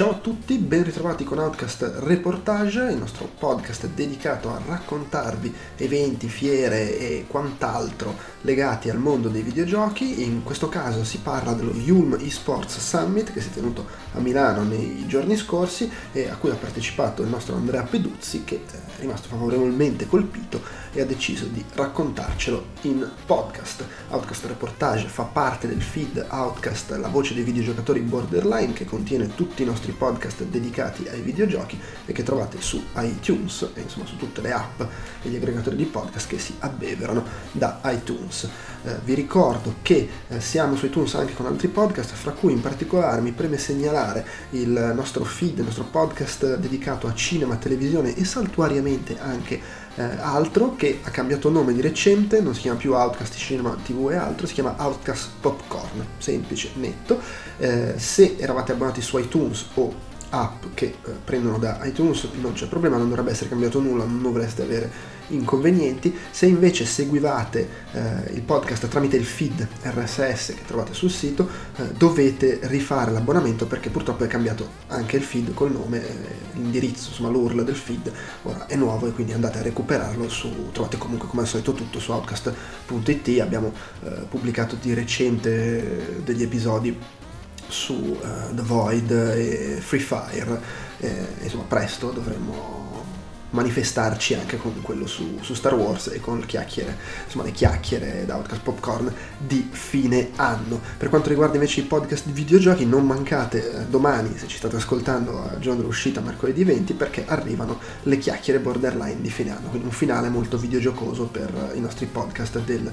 Ciao a tutti, ben ritrovati con Outcast Reportage, il nostro podcast dedicato a raccontarvi eventi, fiere e quant'altro legati al mondo dei videogiochi. In questo caso si parla dello Ulm eSports Summit che si è tenuto a Milano nei giorni scorsi e a cui ha partecipato il nostro Andrea Peduzzi, che è rimasto favorevolmente colpito e ha deciso di raccontarcelo in podcast. Outcast Reportage fa parte del feed Outcast, la voce dei videogiocatori Borderline, che contiene tutti i nostri podcast dedicati ai videogiochi e che trovate su iTunes e insomma su tutte le app e gli aggregatori di podcast che si abbeverano da iTunes. Vi ricordo che siamo su iTunes anche con altri podcast, fra cui in particolare mi preme segnalare il nostro feed, il nostro podcast dedicato a cinema, televisione e saltuariamente anche altro, che ha cambiato nome di recente, non si chiama più Outcast Cinema TV e altro, si chiama Outcast Popcorn, semplice, netto. Se eravate abbonati su iTunes o app che prendono da iTunes non c'è problema, non dovrebbe essere cambiato nulla, non dovreste avere inconvenienti. Se invece seguivate il podcast tramite il feed RSS che trovate sul sito, dovete rifare l'abbonamento perché purtroppo è cambiato anche il feed col nome, l'indirizzo, insomma l'URL del feed ora è nuovo e quindi andate a recuperarlo trovate comunque come al solito tutto su outcast.it. Abbiamo pubblicato di recente degli episodi su The Void e Free Fire, insomma presto dovremmo manifestarci anche con quello su Star Wars e con le chiacchiere da Outcast Popcorn di fine anno. Per quanto riguarda invece i podcast di videogiochi, non mancate domani, se ci state ascoltando al giorno dell'uscita, mercoledì 20, perché arrivano le chiacchiere Borderline di fine anno, quindi un finale molto videogiocoso per i nostri podcast del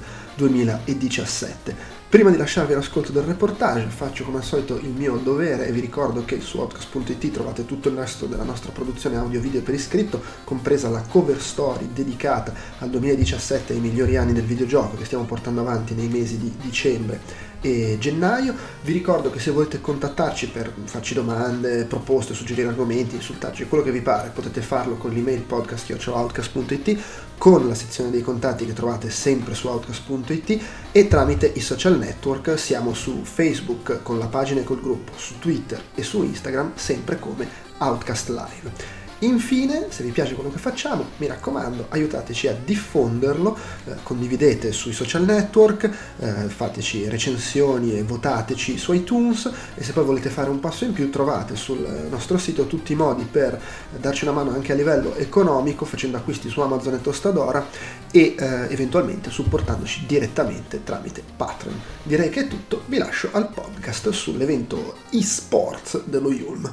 2017. Prima di lasciarvi l'ascolto del reportage faccio come al solito il mio dovere e vi ricordo che su Outcast.it trovate tutto il resto della nostra produzione audio-video per iscritto, compresa la cover story dedicata al 2017 e ai migliori anni del videogioco che stiamo portando avanti nei mesi di dicembre e gennaio. Vi ricordo che se volete contattarci per farci domande, proposte, suggerire argomenti, insultarci, quello che vi pare, potete farlo con l'email podcast@outcast.it, con la sezione dei contatti che trovate sempre su outcast.it e tramite i social network. Siamo su Facebook con la pagina e col gruppo, su Twitter e su Instagram sempre come Outcast Live. Infine, se vi piace quello che facciamo, mi raccomando, aiutateci a diffonderlo, condividete sui social network, fateci recensioni e votateci su iTunes, e se poi volete fare un passo in più trovate sul nostro sito tutti i modi per darci una mano anche a livello economico, facendo acquisti su Amazon e Tostadora e eventualmente supportandoci direttamente tramite Patreon. Direi che è tutto, vi lascio al podcast sull'evento eSports dello Ulm.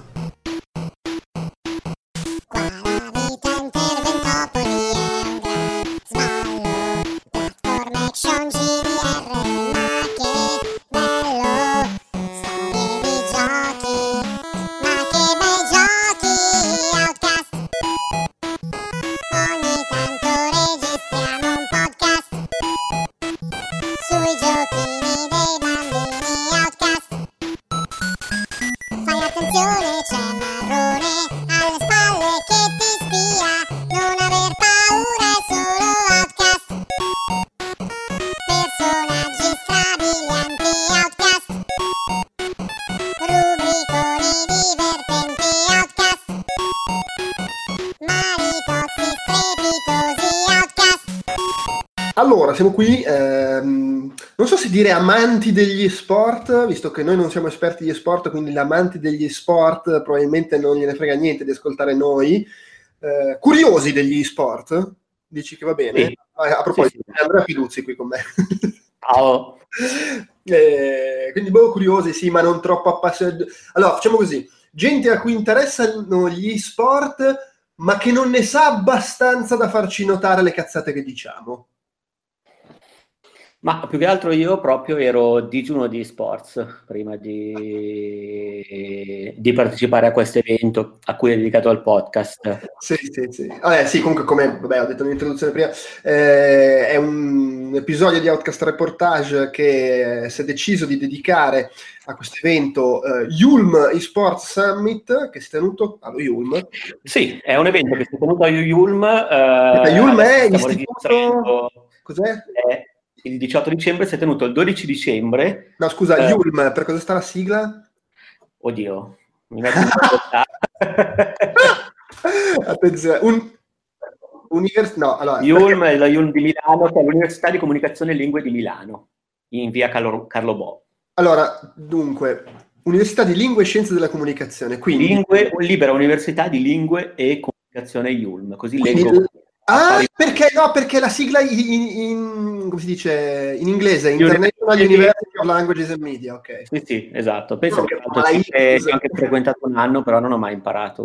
Allora, siamo qui, non so se dire amanti degli sport, visto che noi non siamo esperti di sport, quindi gli amanti degli sport probabilmente non gliene frega niente di ascoltare noi, curiosi degli sport, dici che va bene? Sì. A proposito, Sì. Andrea Piluzzi qui con me. Ciao. Quindi curiosi sì, ma non troppo appassionati. Allora, facciamo così, gente a cui interessano gli sport, ma che non ne sa abbastanza da farci notare le cazzate che diciamo. Ma più che altro io proprio ero digiuno di sports prima di partecipare a questo evento a cui è dedicato al podcast. Sì. Vabbè, sì, comunque come ho detto nell'introduzione prima, è un episodio di Outcast Reportage che si è deciso di dedicare a questo evento Ulm eSports Summit che si è tenuto allo Ulm. Sì, è un evento che si è tenuto a Ulm. Ulm è stiamo istituto... Cos'è? Il 18 dicembre, si è tenuto il 12 dicembre. No, scusa, Ulm, per cosa sta la sigla? Oddio, Mi metti in difficoltà. Attenzione, no, allora, Yulm è la Yulm di Milano, che è l'Università di Comunicazione e Lingue di Milano, in via Carlo Bo. allora, dunque, Università di Lingue e Scienze della Comunicazione, quindi... Libera Università di Lingue e Comunicazione Yulm, così quindi leggo affari. perché no? Perché la sigla come si dice in inglese? International University of Languages and Media, ok. Sì, sì, esatto. Penso No, che ma la I, ho anche frequentato un anno, però non ho mai imparato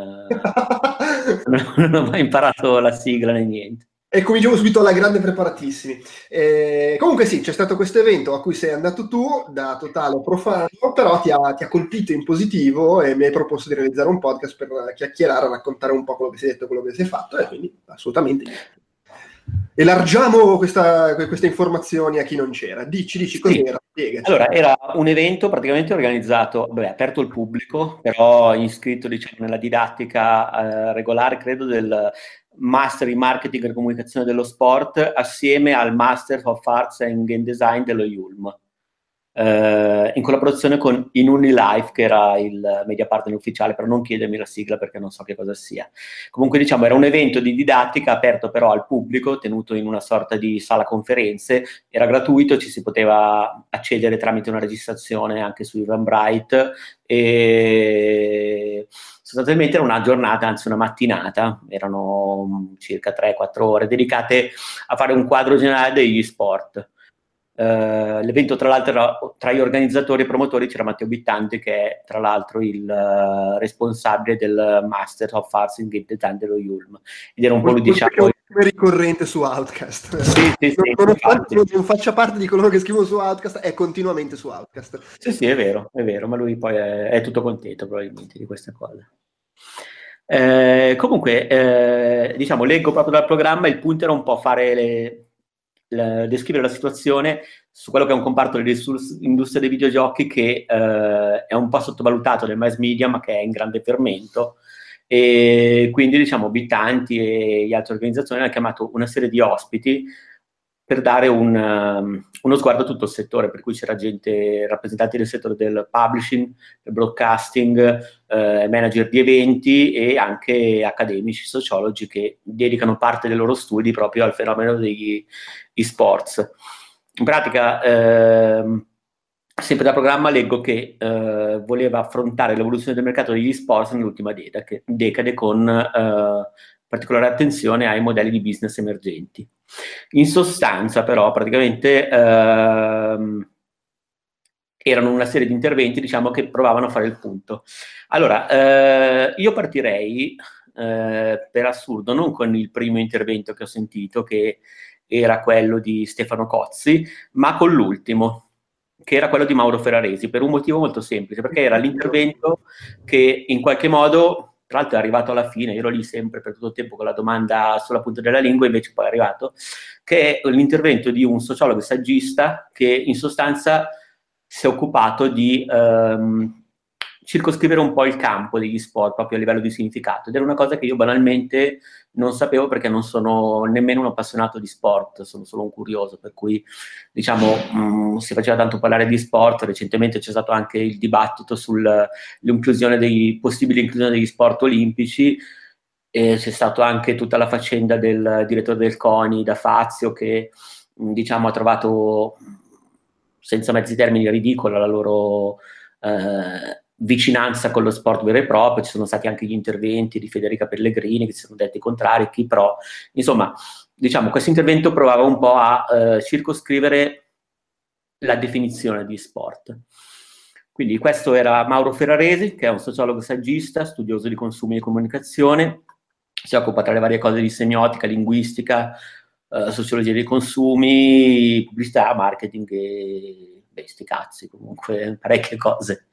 non ho mai imparato la sigla né niente. E cominciamo subito alla grande preparatissimi. Comunque sì, c'è stato questo evento a cui sei andato tu, da totale profano, però ti ha colpito in positivo e mi hai proposto di realizzare un podcast per chiacchierare, raccontare un po' quello che si è detto, quello che si è fatto, e quindi assolutamente elargiamo queste informazioni a chi non c'era. Dici cos'era, spiegaci. Allora, era un evento praticamente organizzato, aperto al pubblico, però iscritto, diciamo, nella didattica regolare, credo, del Master in Marketing e Comunicazione dello Sport, assieme al Master of Arts and Game Design dello Yulm, in collaborazione con Inunilife, che era il media partner ufficiale, però non chiedermi la sigla perché non so che cosa sia. Comunque, diciamo, era un evento di didattica aperto però al pubblico, tenuto in una sorta di sala conferenze, era gratuito, ci si poteva accedere tramite una registrazione anche su Eventbrite, e sostanzialmente era una giornata, anzi una mattinata, erano circa 3-4 ore dedicate a fare un quadro generale degli sport. L'evento, tra l'altro, tra gli organizzatori e promotori c'era Matteo Bittante, che è tra l'altro il responsabile del Master of Arts in Game Design dello Yulm, ed era un po' lui, diciamo, ricorrente su Outcast. Sì, Nonostante non faccia parte di coloro che scrivono su Outcast, è continuamente su Outcast. Sì, è vero, ma lui poi è tutto contento probabilmente di questa cosa. Comunque, diciamo, leggo proprio dal programma, il punto era un po' descrivere la situazione su quello che è un comparto dell'industria dei videogiochi che è un po' sottovalutato nel mass media, ma che è in grande fermento, e quindi, diciamo, Bittanti e gli altri organizzatori hanno chiamato una serie di ospiti per dare uno sguardo a tutto il settore, per cui c'era gente, rappresentanti del settore del publishing, del broadcasting, manager di eventi e anche accademici, sociologi che dedicano parte dei loro studi proprio al fenomeno degli e-sports. In pratica, sempre da programma leggo che voleva affrontare l'evoluzione del mercato degli e-sports nell'ultima decade con particolare attenzione ai modelli di business emergenti. In sostanza, però, praticamente erano una serie di interventi, diciamo, che provavano a fare il punto. Allora, io partirei, per assurdo, non con il primo intervento che ho sentito, che era quello di Stefano Cozzi, ma con l'ultimo, che era quello di Mauro Ferraresi, per un motivo molto semplice, perché era l'intervento che in qualche modo, tra l'altro è arrivato alla fine, io ero lì sempre per tutto il tempo con la domanda sulla punta della lingua, invece poi è arrivato, che è l'intervento di un sociologo e saggista che in sostanza si è occupato di circoscrivere un po' il campo degli sport proprio a livello di significato, ed era una cosa che io banalmente non sapevo, perché non sono nemmeno un appassionato di sport, sono solo un curioso, per cui, diciamo, si faceva tanto parlare di sport. Recentemente c'è stato anche il dibattito sull'inclusione possibile inclusione degli sport olimpici, e c'è stata anche tutta la faccenda del direttore del CONI da Fazio che, diciamo, ha trovato, senza mezzi termini, ridicola la loro vicinanza con lo sport vero e proprio. Ci sono stati anche gli interventi di Federica Pellegrini che si sono detti contrari, chi pro. Insomma, diciamo, questo intervento provava un po' a circoscrivere la definizione di sport. Quindi questo era Mauro Ferraresi, che è un sociologo saggista, studioso di consumi e comunicazione, si occupa tra le varie cose di semiotica, linguistica, sociologia dei consumi, pubblicità, marketing e sti cazzi, comunque parecchie cose.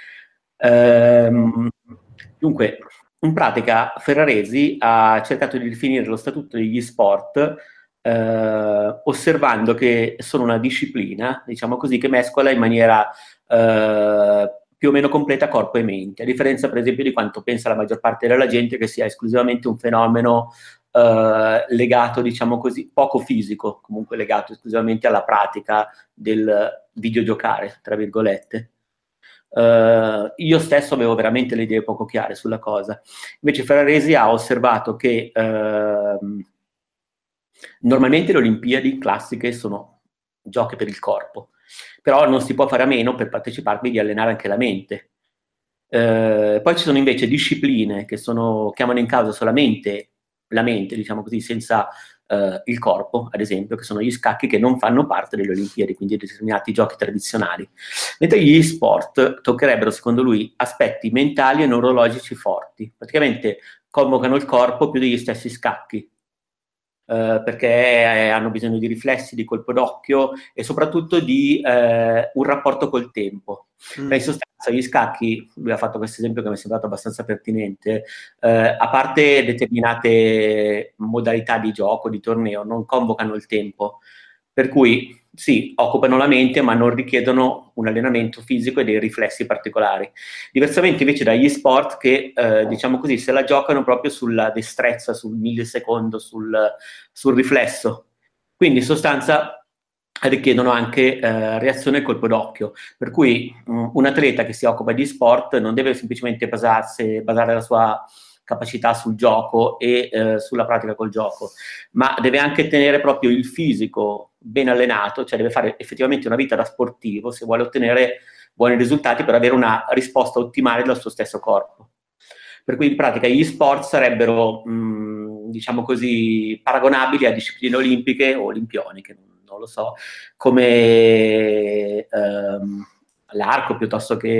Dunque, in pratica Ferraresi ha cercato di definire lo statuto degli sport osservando che sono una disciplina, diciamo così, che mescola in maniera più o meno completa corpo e mente, a differenza per esempio di quanto pensa la maggior parte della gente, che sia esclusivamente un fenomeno legato, diciamo così, poco fisico, comunque legato esclusivamente alla pratica del videogiocare, tra virgolette. Io stesso avevo veramente le idee poco chiare sulla cosa. Invece Ferraresi ha osservato che normalmente le Olimpiadi classiche sono giochi per il corpo, però non si può fare a meno per parteciparvi di allenare anche la mente. Poi ci sono invece discipline che chiamano in causa solamente la mente, diciamo così, senza il corpo, ad esempio, che sono gli scacchi, che non fanno parte delle Olimpiadi, quindi determinati giochi tradizionali. Mentre gli sport toccherebbero, secondo lui, aspetti mentali e neurologici forti. Praticamente convocano il corpo più degli stessi scacchi. Perché hanno bisogno di riflessi, di colpo d'occhio e soprattutto di un rapporto col tempo. In sostanza, gli scacchi, lui ha fatto questo esempio che mi è sembrato abbastanza pertinente, a parte determinate modalità di gioco, di torneo, non convocano il tempo, per cui sì, occupano la mente, ma non richiedono un allenamento fisico e dei riflessi particolari. Diversamente invece dagli sport che, diciamo così, se la giocano proprio sulla destrezza, sul millisecondo, sul riflesso. Quindi in sostanza richiedono anche reazione e colpo d'occhio. Per cui un atleta che si occupa di sport non deve semplicemente basare la sua capacità sul gioco e sulla pratica col gioco, ma deve anche tenere proprio il fisico ben allenato, cioè deve fare effettivamente una vita da sportivo se vuole ottenere buoni risultati per avere una risposta ottimale dal suo stesso corpo. Per cui in pratica gli sport sarebbero, diciamo così, paragonabili a discipline olimpiche o olimpioniche, non lo so, come l'arco piuttosto che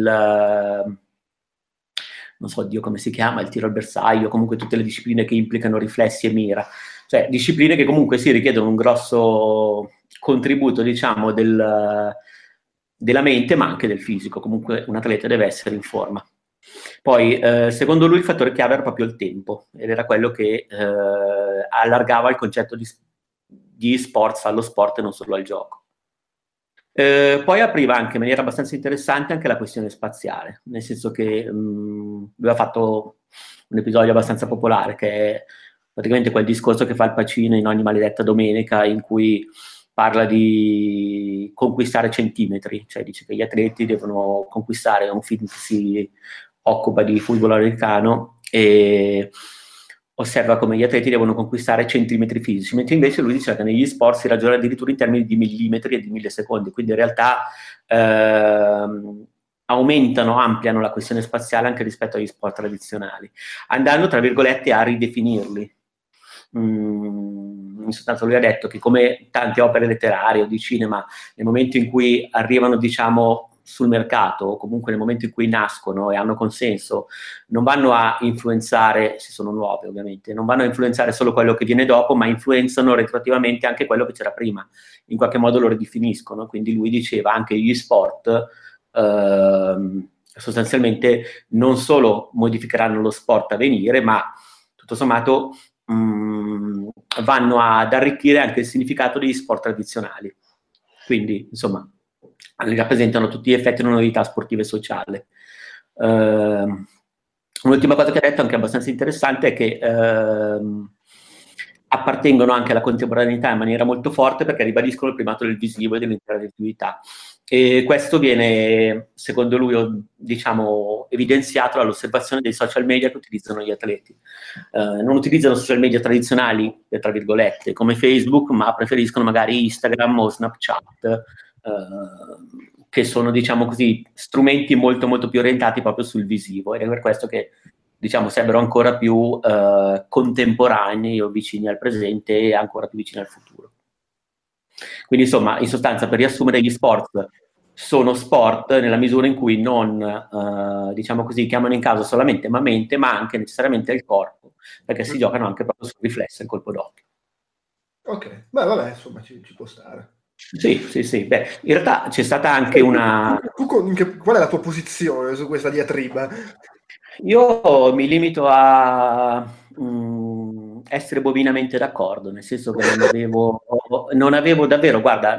non so Dio come si chiama, il tiro al bersaglio, comunque tutte le discipline che implicano riflessi e mira. Cioè discipline che comunque sì richiedono un grosso contributo, diciamo, della mente, ma anche del fisico. Comunque un atleta deve essere in forma. Poi, secondo lui, il fattore chiave era proprio il tempo, ed era quello che allargava il concetto di sports allo sport e non solo al gioco. Poi apriva anche in maniera abbastanza interessante anche la questione spaziale, nel senso che lui ha fatto un episodio abbastanza popolare, che è praticamente quel discorso che fa il Pacino in Ogni maledetta domenica, in cui parla di conquistare centimetri, cioè dice che gli atleti devono conquistare, un film che si occupa di football americano e osserva come gli atleti devono conquistare centimetri fisici, mentre invece lui dice che negli sport si ragiona addirittura in termini di millimetri e di millisecondi, quindi in realtà ampliano la questione spaziale anche rispetto agli sport tradizionali, andando tra virgolette a ridefinirli. In sostanza lui ha detto che come tante opere letterarie o di cinema, nel momento in cui arrivano, diciamo, sul mercato o comunque nel momento in cui nascono e hanno consenso, non vanno a influenzare, se sono nuove ovviamente, non vanno a influenzare solo quello che viene dopo, ma influenzano retroattivamente anche quello che c'era prima, in qualche modo lo ridefiniscono. Quindi lui diceva anche gli sport sostanzialmente non solo modificheranno lo sport a venire, ma tutto sommato vanno ad arricchire anche il significato degli sport tradizionali. Quindi, insomma, rappresentano tutti gli effetti una novità sportiva e sociale. Un'ultima cosa che ha detto, anche abbastanza interessante, è che appartengono anche alla contemporaneità in maniera molto forte, perché ribadiscono il primato del visivo e dell'interattività. E questo viene, secondo lui, diciamo, evidenziato dall'osservazione dei social media che utilizzano gli atleti. Non utilizzano social media tradizionali, tra virgolette, come Facebook, ma preferiscono magari Instagram o Snapchat, che sono, diciamo così, strumenti molto molto più orientati proprio sul visivo, ed è per questo che, diciamo, sarebbero ancora più contemporanei o vicini al presente e ancora più vicini al futuro. Quindi, insomma, in sostanza, per riassumere, gli sport sono sport nella misura in cui non, diciamo così, chiamano in causa solamente la mente, ma anche necessariamente il corpo, perché si giocano anche proprio sul riflesso e il colpo d'occhio. Ok, beh, vabbè, insomma, ci può stare. Sì. Beh, in realtà c'è stata anche una... Qual è la tua posizione su questa diatriba? Io mi limito a essere bovinamente d'accordo, nel senso che non avevo davvero, guarda,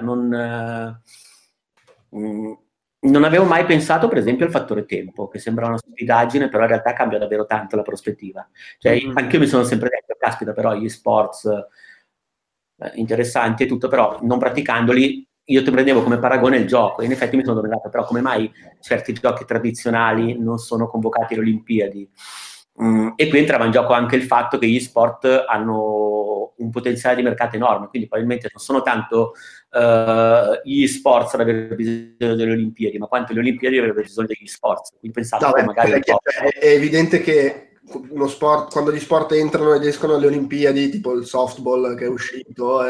non avevo mai pensato, per esempio, al fattore tempo, che sembra una stupidaggine, però in realtà cambia davvero tanto la prospettiva. Cioè, anche io mi sono sempre detto, caspita, però gli sports interessanti e tutto, però non praticandoli io ti prendevo come paragone il gioco, e in effetti mi sono domandato però come mai certi giochi tradizionali non sono convocati alle Olimpiadi. E qui entrava in gioco anche il fatto che gli sport hanno un potenziale di mercato enorme, quindi probabilmente non sono tanto gli sport ad avere bisogno delle Olimpiadi, ma quanto le Olimpiadi avrebbero bisogno degli sport. Quindi pensavo che magari è evidente che uno sport, quando gli sport entrano ed escono alle Olimpiadi, tipo il softball che è uscito,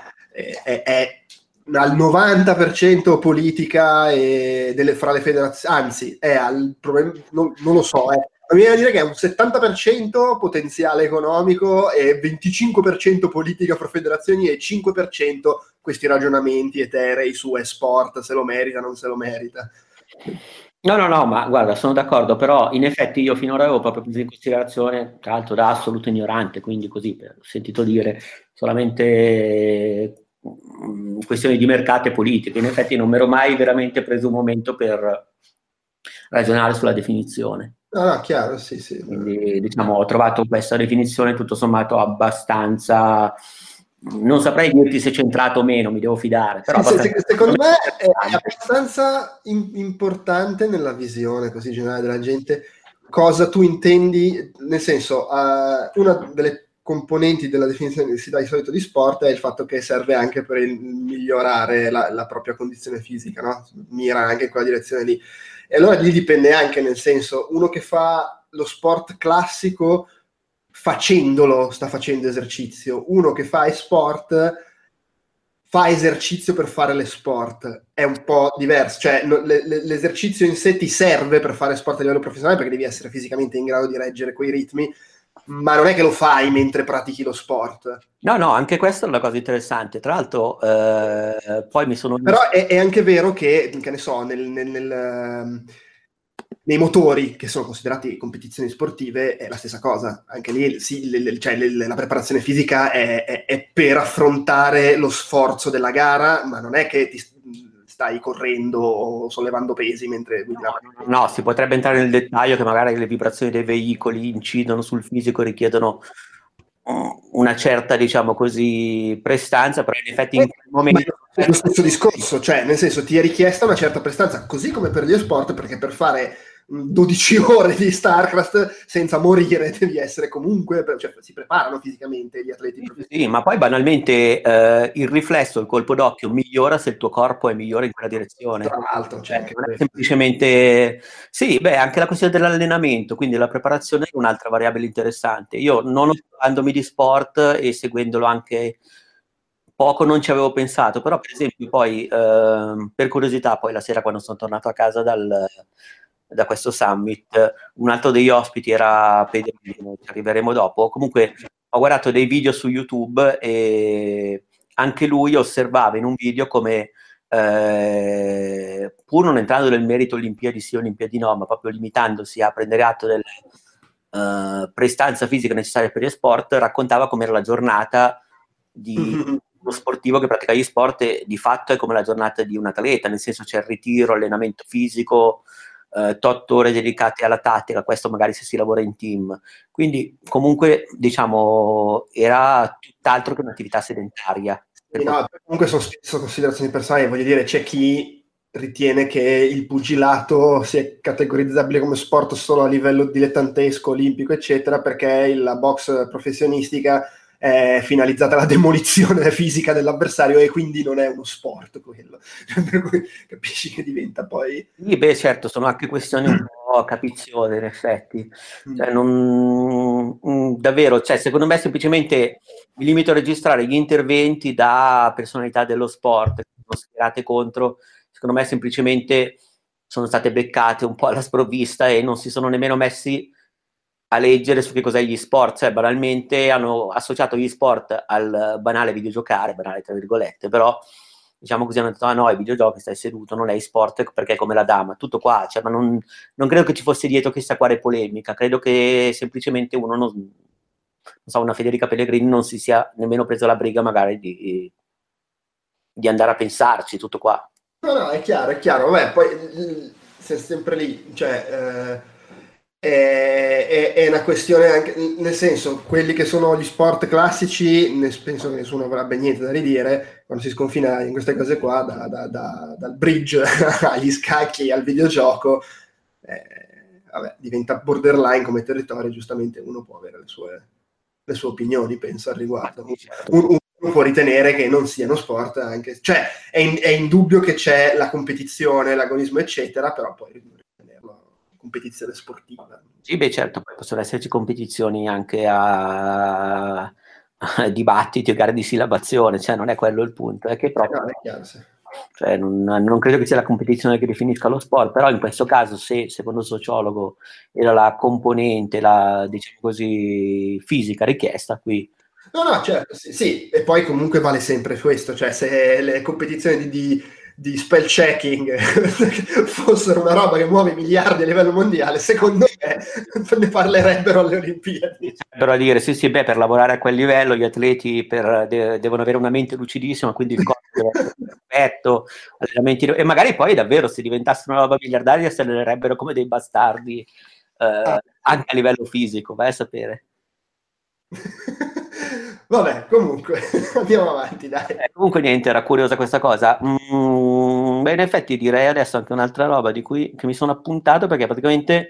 è al 90% politica e fra le federazioni, anzi, è non lo so, mi viene a dire che è un 70% potenziale economico e 25% politica fra federazioni e 5% questi ragionamenti eterei su sport, se lo merita, non se lo merita. No, ma guarda, sono d'accordo, però in effetti io finora avevo proprio preso in considerazione, tra l'altro da assoluto ignorante, quindi così, ho sentito dire solamente questioni di mercato e politica. In effetti non mi ero mai veramente preso un momento per ragionare sulla definizione. No, chiaro, sì. Quindi diciamo ho trovato questa definizione tutto sommato abbastanza, non saprei dirti se è centrato o meno, mi devo fidare. Però secondo me è abbastanza importante nella visione così generale della gente cosa tu intendi, nel senso, una delle componenti della definizione che si dà di solito di sport è il fatto che serve anche per migliorare la propria condizione fisica, no? Mira anche in quella direzione lì. E allora lì dipende anche, nel senso, uno che fa lo sport classico facendolo sta facendo esercizio, uno che fa sport fa esercizio per fare le sport, è un po' diverso, cioè l'esercizio in sé ti serve per fare sport a livello professionale perché devi essere fisicamente in grado di reggere quei ritmi, ma non è che lo fai mentre pratichi lo sport. No, anche questa è una cosa interessante. Tra l'altro, poi mi sono visto... Però è anche vero che ne so, nei motori che sono considerati competizioni sportive è la stessa cosa. Anche lì sì, la preparazione fisica è per affrontare lo sforzo della gara, ma non è che ti stai correndo o sollevando pesi mentre guidi la macchina. No, si potrebbe entrare nel dettaglio che magari le vibrazioni dei veicoli incidono sul fisico e richiedono una certa, diciamo così, prestanza, però in effetti in quel momento... È lo stesso discorso, cioè nel senso ti è richiesta una certa prestanza, così come per gli sport, perché per fare 12 ore di StarCraft senza morire devi essere comunque, cioè si preparano fisicamente gli atleti professionisti. Sì, ma poi banalmente il riflesso, il colpo d'occhio migliora se il tuo corpo è migliore in quella direzione. Tra l'altro, cioè, anche non è semplicemente sì, anche la questione dell'allenamento, quindi la preparazione è un'altra variabile interessante. Io non occupandomi di sport e seguendolo anche poco non ci avevo pensato, però per esempio poi per curiosità poi la sera quando sono tornato a casa da questo summit, un altro degli ospiti era Pedro, ci arriveremo dopo, comunque ho guardato dei video su YouTube e anche lui osservava in un video come pur non entrando nel merito Olimpiadi sì, Olimpiadi no, ma proprio limitandosi a prendere atto della prestanza fisica necessaria per gli sport, raccontava com'era la giornata di uno sportivo che pratica gli sport e di fatto è come la giornata di un atleta, nel senso c'è il ritiro, allenamento fisico, 8 ore dedicate alla tattica, questo magari se si lavora in team. Quindi comunque diciamo era tutt'altro che un'attività sedentaria. No, comunque sono considerazioni personali, voglio dire, c'è chi ritiene che il pugilato sia categorizzabile come sport solo a livello dilettantesco, olimpico, eccetera, perché la box professionistica è finalizzata alla demolizione fisica dell'avversario e quindi non è uno sport quello. Per cui capisci che diventa poi... Sì, certo, sono anche questioni un po' capiziose in effetti. Cioè, davvero, cioè, secondo me semplicemente mi limito a registrare gli interventi da personalità dello sport che sono schierate contro, secondo me semplicemente sono state beccate un po' alla sprovvista e non si sono nemmeno messi a leggere su che cos'è gli sport, cioè banalmente hanno associato gli sport al banale videogiocare, banale tra virgolette, però diciamo così hanno detto no, ai videogiochi stai seduto, non hai sport perché è come la dama, tutto qua, cioè, ma non credo che ci fosse dietro chissà quale polemica, credo che semplicemente uno non so, una Federica Pellegrini non si sia nemmeno preso la briga magari di andare a pensarci, tutto qua. No, è chiaro, vabbè, poi sei sempre lì, cioè è una questione anche, nel senso, quelli che sono gli sport classici, penso che nessuno avrebbe niente da ridire, quando si sconfina in queste cose qua, dal bridge agli scacchi al videogioco, vabbè, diventa borderline come territorio, giustamente uno può avere le sue opinioni, penso, al riguardo. Uno può ritenere che non sia uno sport, anche, cioè è indubbio che c'è la competizione, l'agonismo, eccetera, però poi ritenerlo competizione sportiva. Sì, beh, certo, poi possono esserci competizioni anche a dibattiti o gare di sillabazione, cioè non è quello il punto, è che proprio... No, è chiaro, sì. Cioè, non credo che sia la competizione che definisca lo sport, però in questo caso, se secondo il sociologo era la componente, diciamo così, fisica richiesta, qui... No, certo, sì, e poi comunque vale sempre questo, cioè se le competizioni di spell checking fossero una roba che muove miliardi a livello mondiale, secondo me ne parlerebbero alle Olimpiadi. Però a dire, sì, beh, per lavorare a quel livello gli atleti devono avere una mente lucidissima, quindi il corpo deve essere perfetto, e magari poi davvero se diventasse una roba miliardaria si allenerebbero come dei bastardi, anche a livello fisico, vai a sapere. Vabbè, comunque, andiamo avanti, dai. Comunque niente, era curiosa questa cosa. Beh, in effetti direi adesso anche un'altra roba che mi sono appuntato, perché praticamente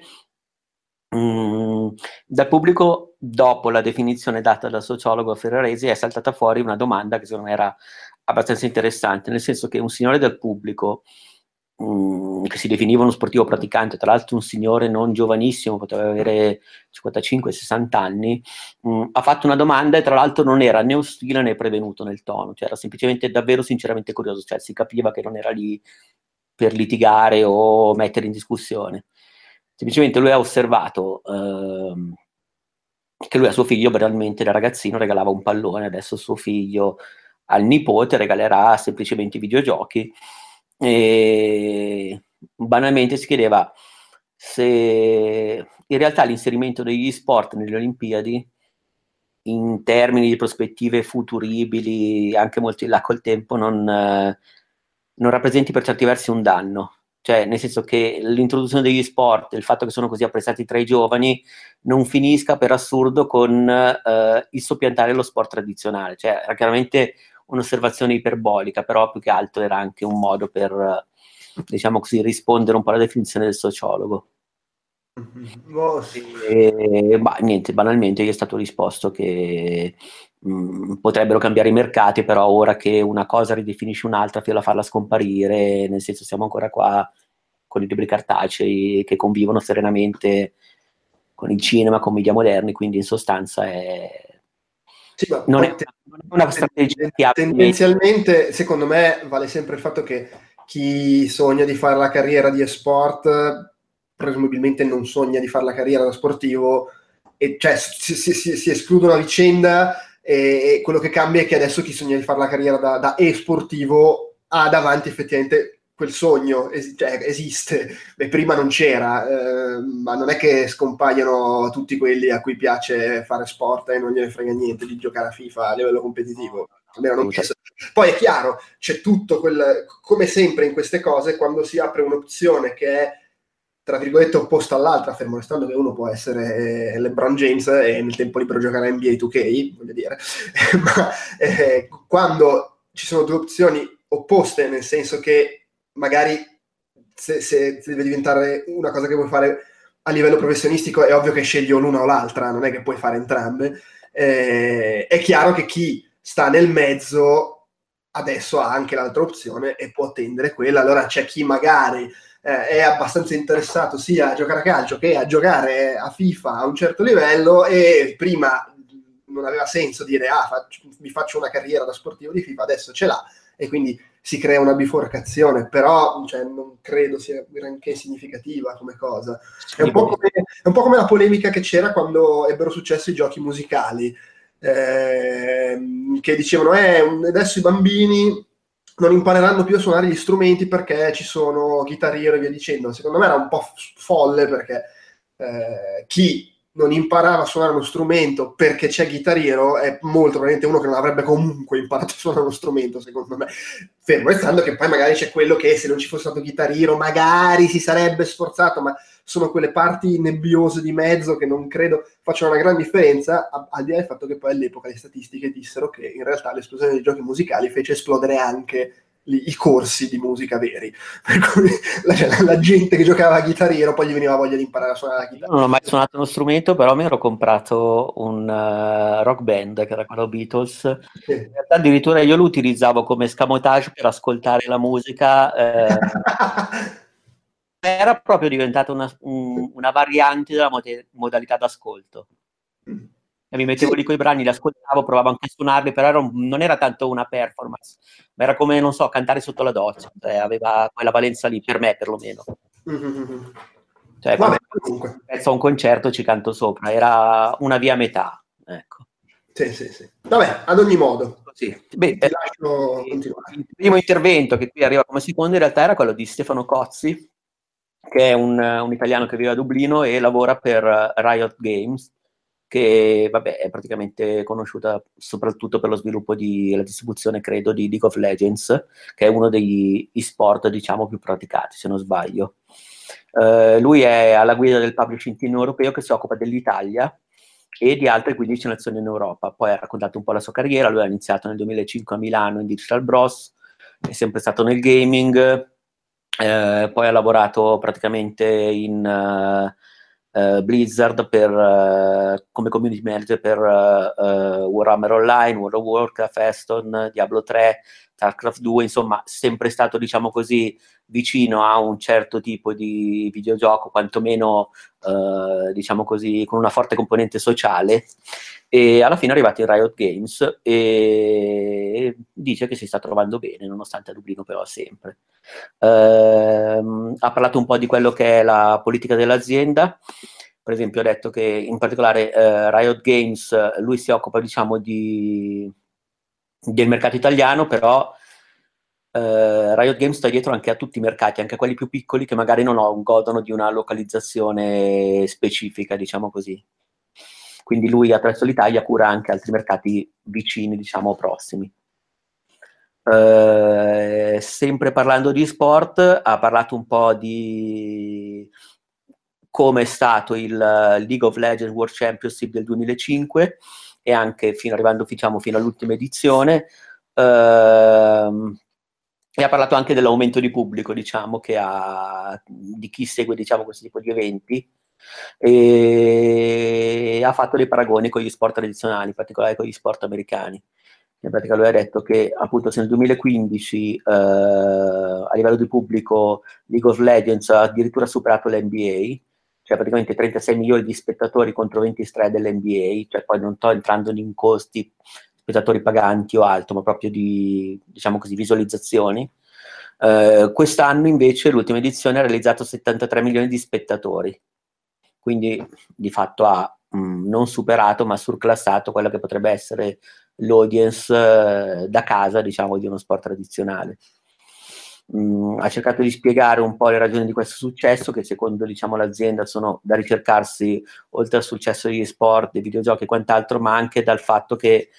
dal pubblico, dopo la definizione data dal sociologo Ferraresi, è saltata fuori una domanda che secondo me era abbastanza interessante, nel senso che un signore del pubblico, che si definiva uno sportivo praticante, tra l'altro un signore non giovanissimo, poteva avere 55-60 anni, ha fatto una domanda e tra l'altro non era né ostile né prevenuto nel tono, cioè era semplicemente davvero sinceramente curioso, cioè si capiva che non era lì per litigare o mettere in discussione. Semplicemente lui ha osservato che lui a suo figlio, banalmente da ragazzino, regalava un pallone, adesso suo figlio al nipote regalerà semplicemente i videogiochi, e banalmente si chiedeva se in realtà l'inserimento degli sport nelle Olimpiadi, in termini di prospettive futuribili, anche molto in là col tempo, non rappresenti per certi versi un danno. Cioè, nel senso che l'introduzione degli sport, il fatto che sono così apprezzati tra i giovani, non finisca per assurdo con il soppiantare lo sport tradizionale. Cioè, era chiaramente un'osservazione iperbolica, però più che altro era anche un modo per, diciamo così, rispondere un po' alla definizione del sociologo. Niente, banalmente gli è stato risposto che potrebbero cambiare i mercati, però ora che una cosa ridefinisce un'altra fino a farla scomparire, nel senso siamo ancora qua con i libri cartacei che convivono serenamente con il cinema, con media moderni, quindi in sostanza Sì, ma non poi è una strategia che ha tendenzialmente, secondo me, vale sempre il fatto che chi sogna di fare la carriera di esport presumibilmente non sogna di fare la carriera da sportivo, e cioè si escludono a vicenda, e quello che cambia è che adesso chi sogna di fare la carriera da e-sportivo ha davanti effettivamente quel sogno, cioè, esiste. Beh, prima non c'era, ma non è che scompaiono tutti quelli a cui piace fare sport e non gliene frega niente di giocare a FIFA a livello competitivo. Almeno non penso. Poi è chiaro, c'è tutto come sempre in queste cose, quando si apre un'opzione che è tra virgolette opposta all'altra, fermo restando che uno può essere LeBron James e nel tempo libero giocare a NBA 2K, voglio dire, ma quando ci sono due opzioni opposte, nel senso che magari se deve diventare una cosa che vuoi fare a livello professionistico, è ovvio che scegli l'una o l'altra, non è che puoi fare entrambe. È chiaro che chi sta nel mezzo adesso ha anche l'altra opzione e può tendere quella. Allora c'è chi magari è abbastanza interessato sia a giocare a calcio che a giocare a FIFA a un certo livello, e prima non aveva senso dire mi faccio una carriera da sportivo di FIFA, adesso ce l'ha, e quindi si crea una biforcazione, però cioè, non credo sia granché significativa come cosa. È un po' come la polemica che c'era quando ebbero successo i giochi musicali, che dicevano adesso i bambini non impareranno più a suonare gli strumenti perché ci sono Guitar Hero e via dicendo. Secondo me era un po' folle, perché chi non imparava a suonare uno strumento perché c'è Guitar Hero è molto probabilmente uno che non avrebbe comunque imparato a suonare uno strumento, secondo me. Fermo restando che poi magari c'è quello che se non ci fosse stato Guitar Hero magari si sarebbe sforzato, ma sono quelle parti nebbiose di mezzo che non credo facciano una gran differenza, al di là del fatto che poi all'epoca le statistiche dissero che in realtà l'esplosione dei giochi musicali fece esplodere anche i corsi di musica veri, per cui la gente che giocava a Guitar Hero poi gli veniva voglia di imparare a suonare la Io chitarra. non ho mai suonato uno strumento, però mi ero comprato un rock band che era quello Beatles. In realtà addirittura io lo utilizzavo come escamotage per ascoltare la musica. Era proprio diventata una variante della modalità d'ascolto. E mi mettevo Sì. lì con i brani, li ascoltavo, provavo anche a suonarli, però non era tanto una performance, ma era come, non so, cantare sotto la doccia, cioè, aveva quella valenza lì, per me perlomeno. Mm-hmm. Cioè, Vabbè, quando comunque. un pezzo a un concerto ci canto sopra, era una via metà, ecco. Sì, sì, sì. Vabbè, ad ogni modo, Così. Beh, ti lascio continuare. il primo intervento che qui arriva come secondo in realtà era quello di Stefano Cozzi, che è un italiano che vive a Dublino e lavora per Riot Games, che vabbè, è praticamente conosciuta soprattutto per lo sviluppo e la distribuzione, credo, di League of Legends, che è uno degli sport, diciamo, più praticati, se non sbaglio. Lui è alla guida del publishing team europeo che si occupa dell'Italia e di altre 15 nazioni in Europa. Poi ha raccontato un po' la sua carriera, lui ha iniziato nel 2005 a Milano in Digital Bros, è sempre stato nel gaming, poi ha lavorato praticamente in Blizzard come community manager per Warhammer Online, World of Warcraft, Hearthstone, Diablo 3, Starcraft 2, insomma sempre stato, diciamo così, vicino a un certo tipo di videogioco, quantomeno diciamo così, con una forte componente sociale, e alla fine è arrivato in Riot Games e dice che si sta trovando bene, nonostante a Dublino però sempre. Ha parlato un po' di quello che è la politica dell'azienda. Per esempio ha detto che in particolare Riot Games, lui si occupa, diciamo, del mercato italiano, però Riot Games sta dietro anche a tutti i mercati, anche a quelli più piccoli che magari non godono di una localizzazione specifica, diciamo così. Quindi lui attraverso l'Italia cura anche altri mercati vicini, diciamo, prossimi. Sempre parlando di sport, ha parlato un po' di come è stato il League of Legends World Championship del 2005 e anche arrivando, diciamo, fino all'ultima edizione. E ha parlato anche dell'aumento di pubblico, diciamo, di chi segue, diciamo, questo tipo di eventi, e ha fatto dei paragoni con gli sport tradizionali, in particolare con gli sport americani. In pratica lui ha detto che appunto se nel 2015 a livello di pubblico League of Legends ha addirittura superato l'NBA, cioè praticamente 36 milioni di spettatori contro 23 dell'NBA, cioè poi non sto entrando in costi, spettatori paganti o altro, ma proprio di, diciamo così, visualizzazioni. Quest'anno invece l'ultima edizione ha realizzato 73 milioni di spettatori, quindi di fatto ha non superato ma surclassato quello che potrebbe essere l'audience da casa, diciamo, di uno sport tradizionale. Ha cercato di spiegare un po' le ragioni di questo successo, che secondo, diciamo, l'azienda sono da ricercarsi oltre al successo degli sport, dei videogiochi e quant'altro, ma anche dal fatto che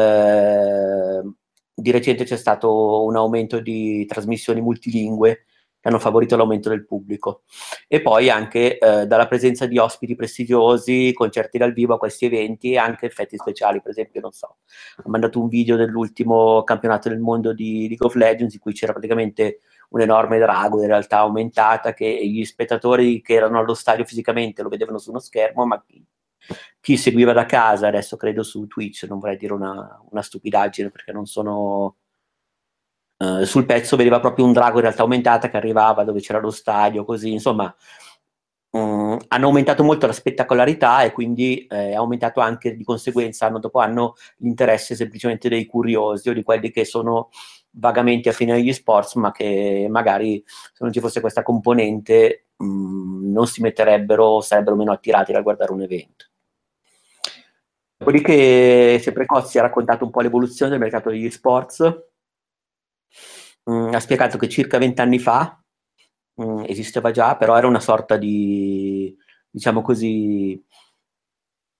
di recente c'è stato un aumento di trasmissioni multilingue che hanno favorito l'aumento del pubblico, e poi anche dalla presenza di ospiti prestigiosi, concerti dal vivo a questi eventi e anche effetti speciali. Per esempio, non so, ho mandato un video dell'ultimo campionato del mondo di League of Legends in cui c'era praticamente un enorme drago in realtà aumentata, che gli spettatori che erano allo stadio fisicamente lo vedevano su uno schermo, ma chi seguiva da casa, adesso credo su Twitch, non vorrei dire una stupidaggine perché non sono sul pezzo, vedeva proprio un drago in realtà aumentata che arrivava dove c'era lo stadio, così, insomma. Hanno aumentato molto la spettacolarità e quindi è aumentato anche di conseguenza anno dopo anno l'interesse semplicemente dei curiosi o di quelli che sono vagamente affini agli sports, ma che magari se non ci fosse questa componente non si metterebbero o sarebbero meno attirati dal guardare un evento. Dopodiché sempre Cozzi ha raccontato un po' l'evoluzione del mercato degli sports. Ha spiegato che circa 20 anni fa esisteva già, però era una sorta di, diciamo così,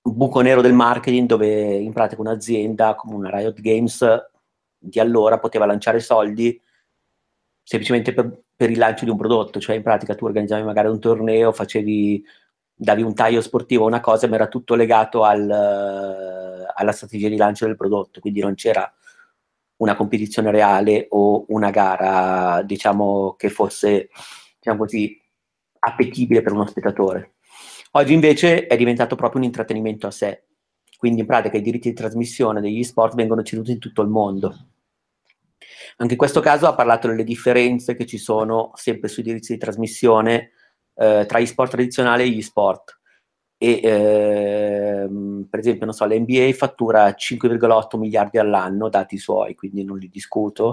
buco nero del marketing dove in pratica un'azienda come una Riot Games di allora poteva lanciare soldi semplicemente per il lancio di un prodotto, cioè in pratica tu organizzavi magari un torneo, davi un taglio sportivo, una cosa, ma era tutto legato alla strategia di lancio del prodotto, quindi non c'era una competizione reale o una gara, diciamo, che fosse, diciamo così, appetibile per uno spettatore. Oggi invece è diventato proprio un intrattenimento a sé, quindi in pratica i diritti di trasmissione degli sport vengono ceduti in tutto il mondo. Anche in questo caso ha parlato delle differenze che ci sono sempre sui diritti di trasmissione tra gli sport tradizionali e gli sport. E per esempio, non so, l'NBA fattura 5,8 miliardi all'anno, dati suoi, quindi non li discuto,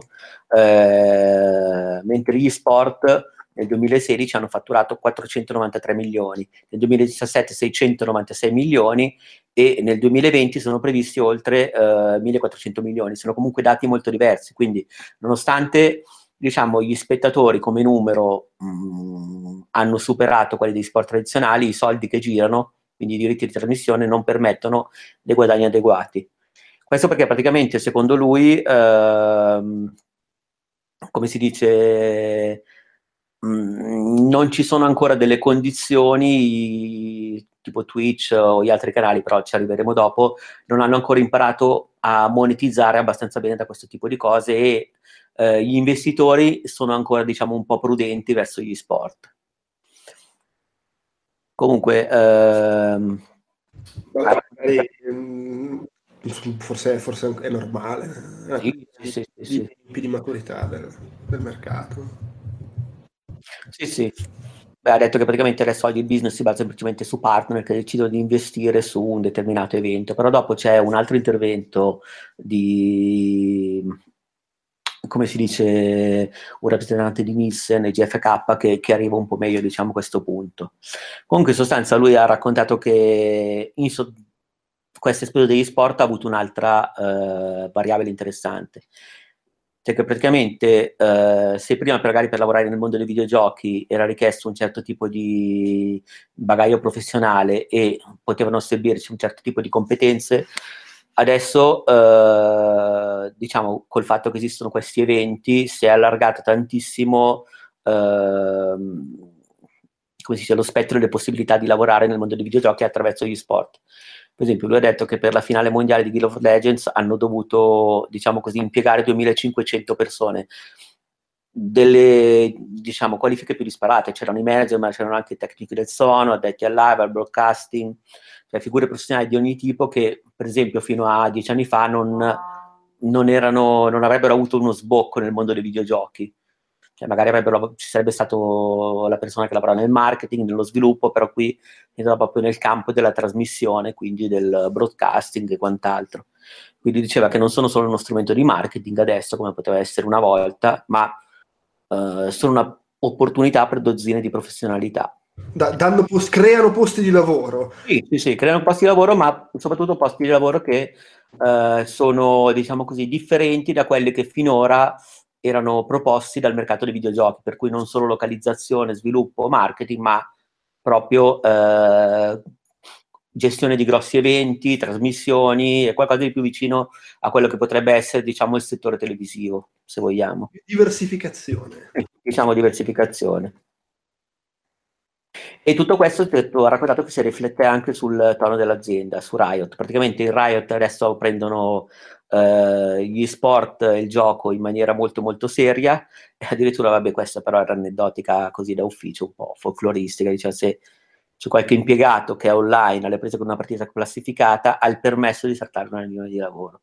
mentre gli sport nel 2016 hanno fatturato 493 milioni, nel 2017 696 milioni e nel 2020 sono previsti oltre 1400 milioni. Sono comunque dati molto diversi, quindi nonostante diciamo gli spettatori come numero hanno superato quelli degli sport tradizionali, i soldi che girano, quindi i diritti di trasmissione, non permettono dei guadagni adeguati. Questo perché praticamente secondo lui come si dice, non ci sono ancora delle condizioni tipo Twitch o gli altri canali, però ci arriveremo dopo, non hanno ancora imparato a monetizzare abbastanza bene da questo tipo di cose e gli investitori sono ancora, diciamo, un po' prudenti verso gli sport. Comunque, forse è normale, sì. tempi di maturità del mercato. Sì. Beh, ha detto che praticamente adesso oggi il business si basa semplicemente su partner che decidono di investire su un determinato evento, però dopo c'è un altro intervento di, come si dice, un rappresentante di Nielsen e GFK che arriva un po' meglio, diciamo, a questo punto. Comunque, in sostanza, lui ha raccontato che questa esplosione degli sport ha avuto un'altra variabile interessante. Cioè che praticamente se prima magari per lavorare nel mondo dei videogiochi era richiesto un certo tipo di bagaglio professionale e potevano servirci un certo tipo di competenze, adesso diciamo col fatto che esistono questi eventi si è allargato tantissimo come si dice, lo spettro delle possibilità di lavorare nel mondo dei videogiochi attraverso gli sport. Per esempio, lui ha detto che per la finale mondiale di Guild of Legends hanno dovuto, diciamo così, impiegare 2500 persone, delle, diciamo, qualifiche più disparate. C'erano i manager, ma c'erano anche i tecnici del suono, addetti al live, al broadcasting, cioè figure professionali di ogni tipo che, per esempio, fino a 10 anni fa non avrebbero avuto uno sbocco nel mondo dei videogiochi. Cioè, magari ci sarebbe stato la persona che lavora nel marketing, nello sviluppo, però qui entra proprio nel campo della trasmissione, quindi del broadcasting e quant'altro. Quindi diceva che non sono solo uno strumento di marketing adesso, come poteva essere una volta, ma sono un'opportunità per dozzine di professionalità. Creano posti di lavoro. Sì, creano posti di lavoro, ma soprattutto posti di lavoro che sono, diciamo così, differenti da quelli che finora erano proposti dal mercato dei videogiochi, per cui non solo localizzazione, sviluppo, marketing, ma proprio gestione di grossi eventi, trasmissioni e qualcosa di più vicino a quello che potrebbe essere, diciamo, il settore televisivo, se vogliamo. Diversificazione. Diciamo diversificazione. E tutto questo ha raccontato che si riflette anche sul tono dell'azienda, su Riot. Praticamente il Riot adesso prendono gli sport e il gioco in maniera molto molto seria e addirittura, vabbè, questa però era aneddotica così da ufficio, un po' folcloristica, diciamo, se c'è qualche impiegato che è online alle prese con una partita classificata ha il permesso di saltare una riunione di lavoro.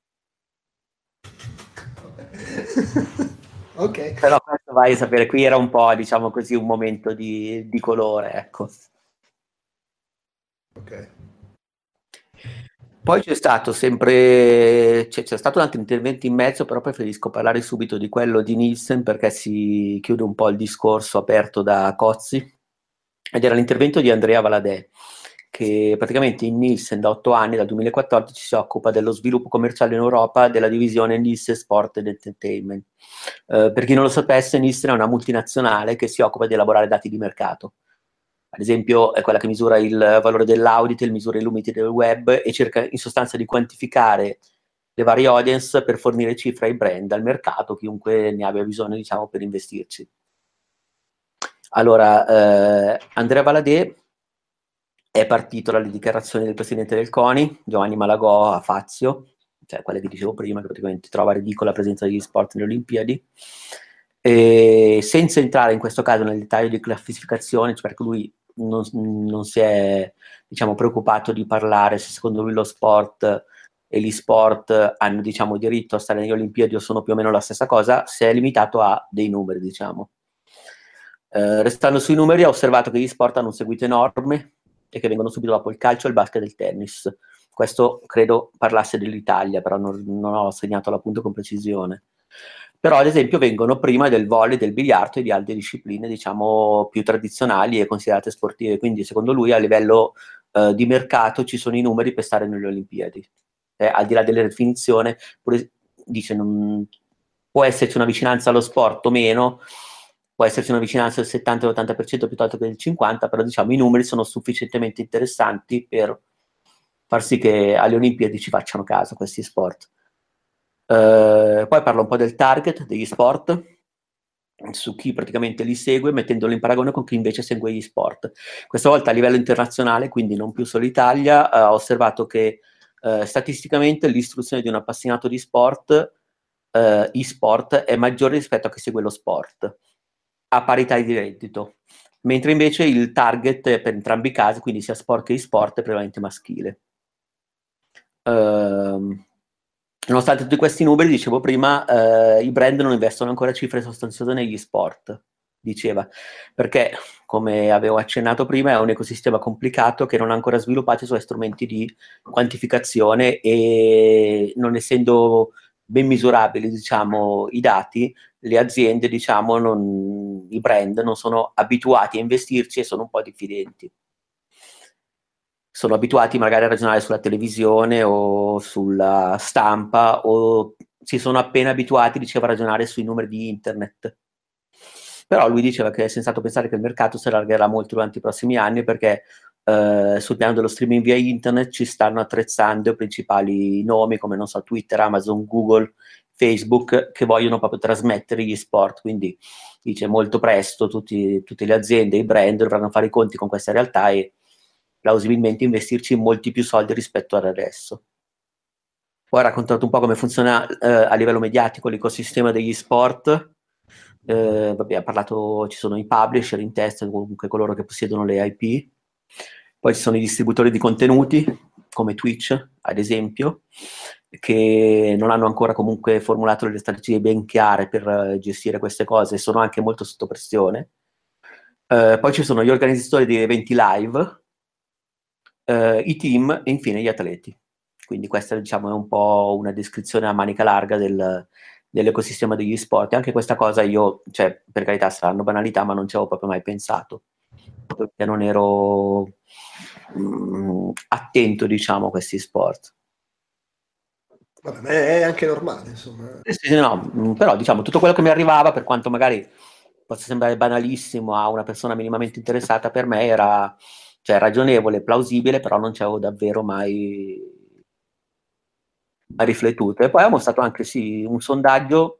Ok. Però questo vai a sapere, qui era un po', diciamo così, un momento di colore, ecco. Ok. Poi c'è stato un altro intervento in mezzo, però preferisco parlare subito di quello di Nielsen perché si chiude un po' il discorso aperto da Cozzi, ed era l'intervento di Andrea Valadè, che praticamente in Nielsen da 8 anni, dal 2014, si occupa dello sviluppo commerciale in Europa della divisione Nielsen Sport and Entertainment. Per chi non lo sapesse, Nielsen è una multinazionale che si occupa di elaborare dati di mercato. ad esempio è quella che misura il valore dell'audience, misura i limiti del web e cerca in sostanza di quantificare le varie audience per fornire cifre ai brand, al mercato, chiunque ne abbia bisogno, diciamo, per investirci. Allora, Andrea Valadè è partito dalle dichiarazioni del presidente del CONI, Giovanni Malagò, a Fazio, cioè quelle che dicevo prima, che praticamente trova ridicola la presenza degli sport nelle Olimpiadi, e senza entrare in questo caso nel dettaglio di classificazione, cioè perché lui non si è, diciamo, preoccupato di parlare se secondo lui lo sport e gli sport hanno, diciamo, diritto a stare negli Olimpiadi o sono più o meno la stessa cosa, si è limitato a dei numeri, diciamo. Restando sui numeri, ha osservato che gli sport hanno un seguito enorme e che vengono subito dopo il calcio, il basket e il tennis. Questo credo parlasse dell'Italia, però non ho segnato l'appunto con precisione. Però ad esempio vengono prima del volley, del biliardo e di altre discipline, diciamo, più tradizionali e considerate sportive. Quindi secondo lui a livello di mercato ci sono i numeri per stare nelle Olimpiadi. Al di là della definizione, pure, dice, può esserci una vicinanza allo sport o meno, può esserci una vicinanza del 70-80% piuttosto che del 50%, però diciamo i numeri sono sufficientemente interessanti per far sì che alle Olimpiadi ci facciano caso questi sport. Poi parlo un po' del target degli sport, su chi praticamente li segue, mettendolo in paragone con chi invece segue gli sport. Questa volta a livello internazionale, quindi non più solo Italia, ho osservato che statisticamente l'istruzione di un appassionato di sport, e-sport, è maggiore rispetto a chi segue lo sport, a parità di reddito, mentre invece il target per entrambi i casi, quindi sia sport che e-sport, è prevalentemente maschile. Nonostante tutti questi numeri, dicevo prima, i brand non investono ancora cifre sostanziose negli sport, diceva, perché, come avevo accennato prima, è un ecosistema complicato che non ha ancora sviluppato i suoi strumenti di quantificazione e non essendo ben misurabili, diciamo, i dati, le aziende, diciamo, i brand non sono abituati a investirci e sono un po' diffidenti. Sono abituati magari a ragionare sulla televisione o sulla stampa o si sono appena abituati, diceva, a ragionare sui numeri di internet. Però lui diceva che è sensato pensare che il mercato si allargherà molto durante i prossimi anni perché sul piano dello streaming via internet ci stanno attrezzando i principali nomi come, non so, Twitter, Amazon, Google, Facebook, che vogliono proprio trasmettere gli sport. Quindi dice molto presto tutte le aziende, i brand dovranno fare i conti con questa realtà e plausibilmente investirci molti più soldi rispetto ad adesso. Poi ho raccontato un po' come funziona a livello mediatico l'ecosistema degli sport. Vabbè, ha parlato, ci sono i publisher in testa, comunque coloro che possiedono le IP. Poi ci sono i distributori di contenuti, come Twitch, ad esempio, che non hanno ancora comunque formulato delle strategie ben chiare per gestire queste cose, sono anche molto sotto pressione. Poi ci sono gli organizzatori di eventi live, i team e infine gli atleti. Quindi questa, diciamo, è un po' una descrizione a manica larga dell'ecosistema degli sport. E anche questa cosa io, cioè, per carità saranno banalità, ma non ci avevo proprio mai pensato, perché non ero attento, diciamo, a questi sport. Vabbè, ma è anche normale, insomma. Sì, no, però diciamo tutto quello che mi arrivava, per quanto magari possa sembrare banalissimo a una persona minimamente interessata, per me era, cioè, ragionevole, plausibile, però non ci avevo davvero mai riflettuto. E poi ho mostrato anche sì, un sondaggio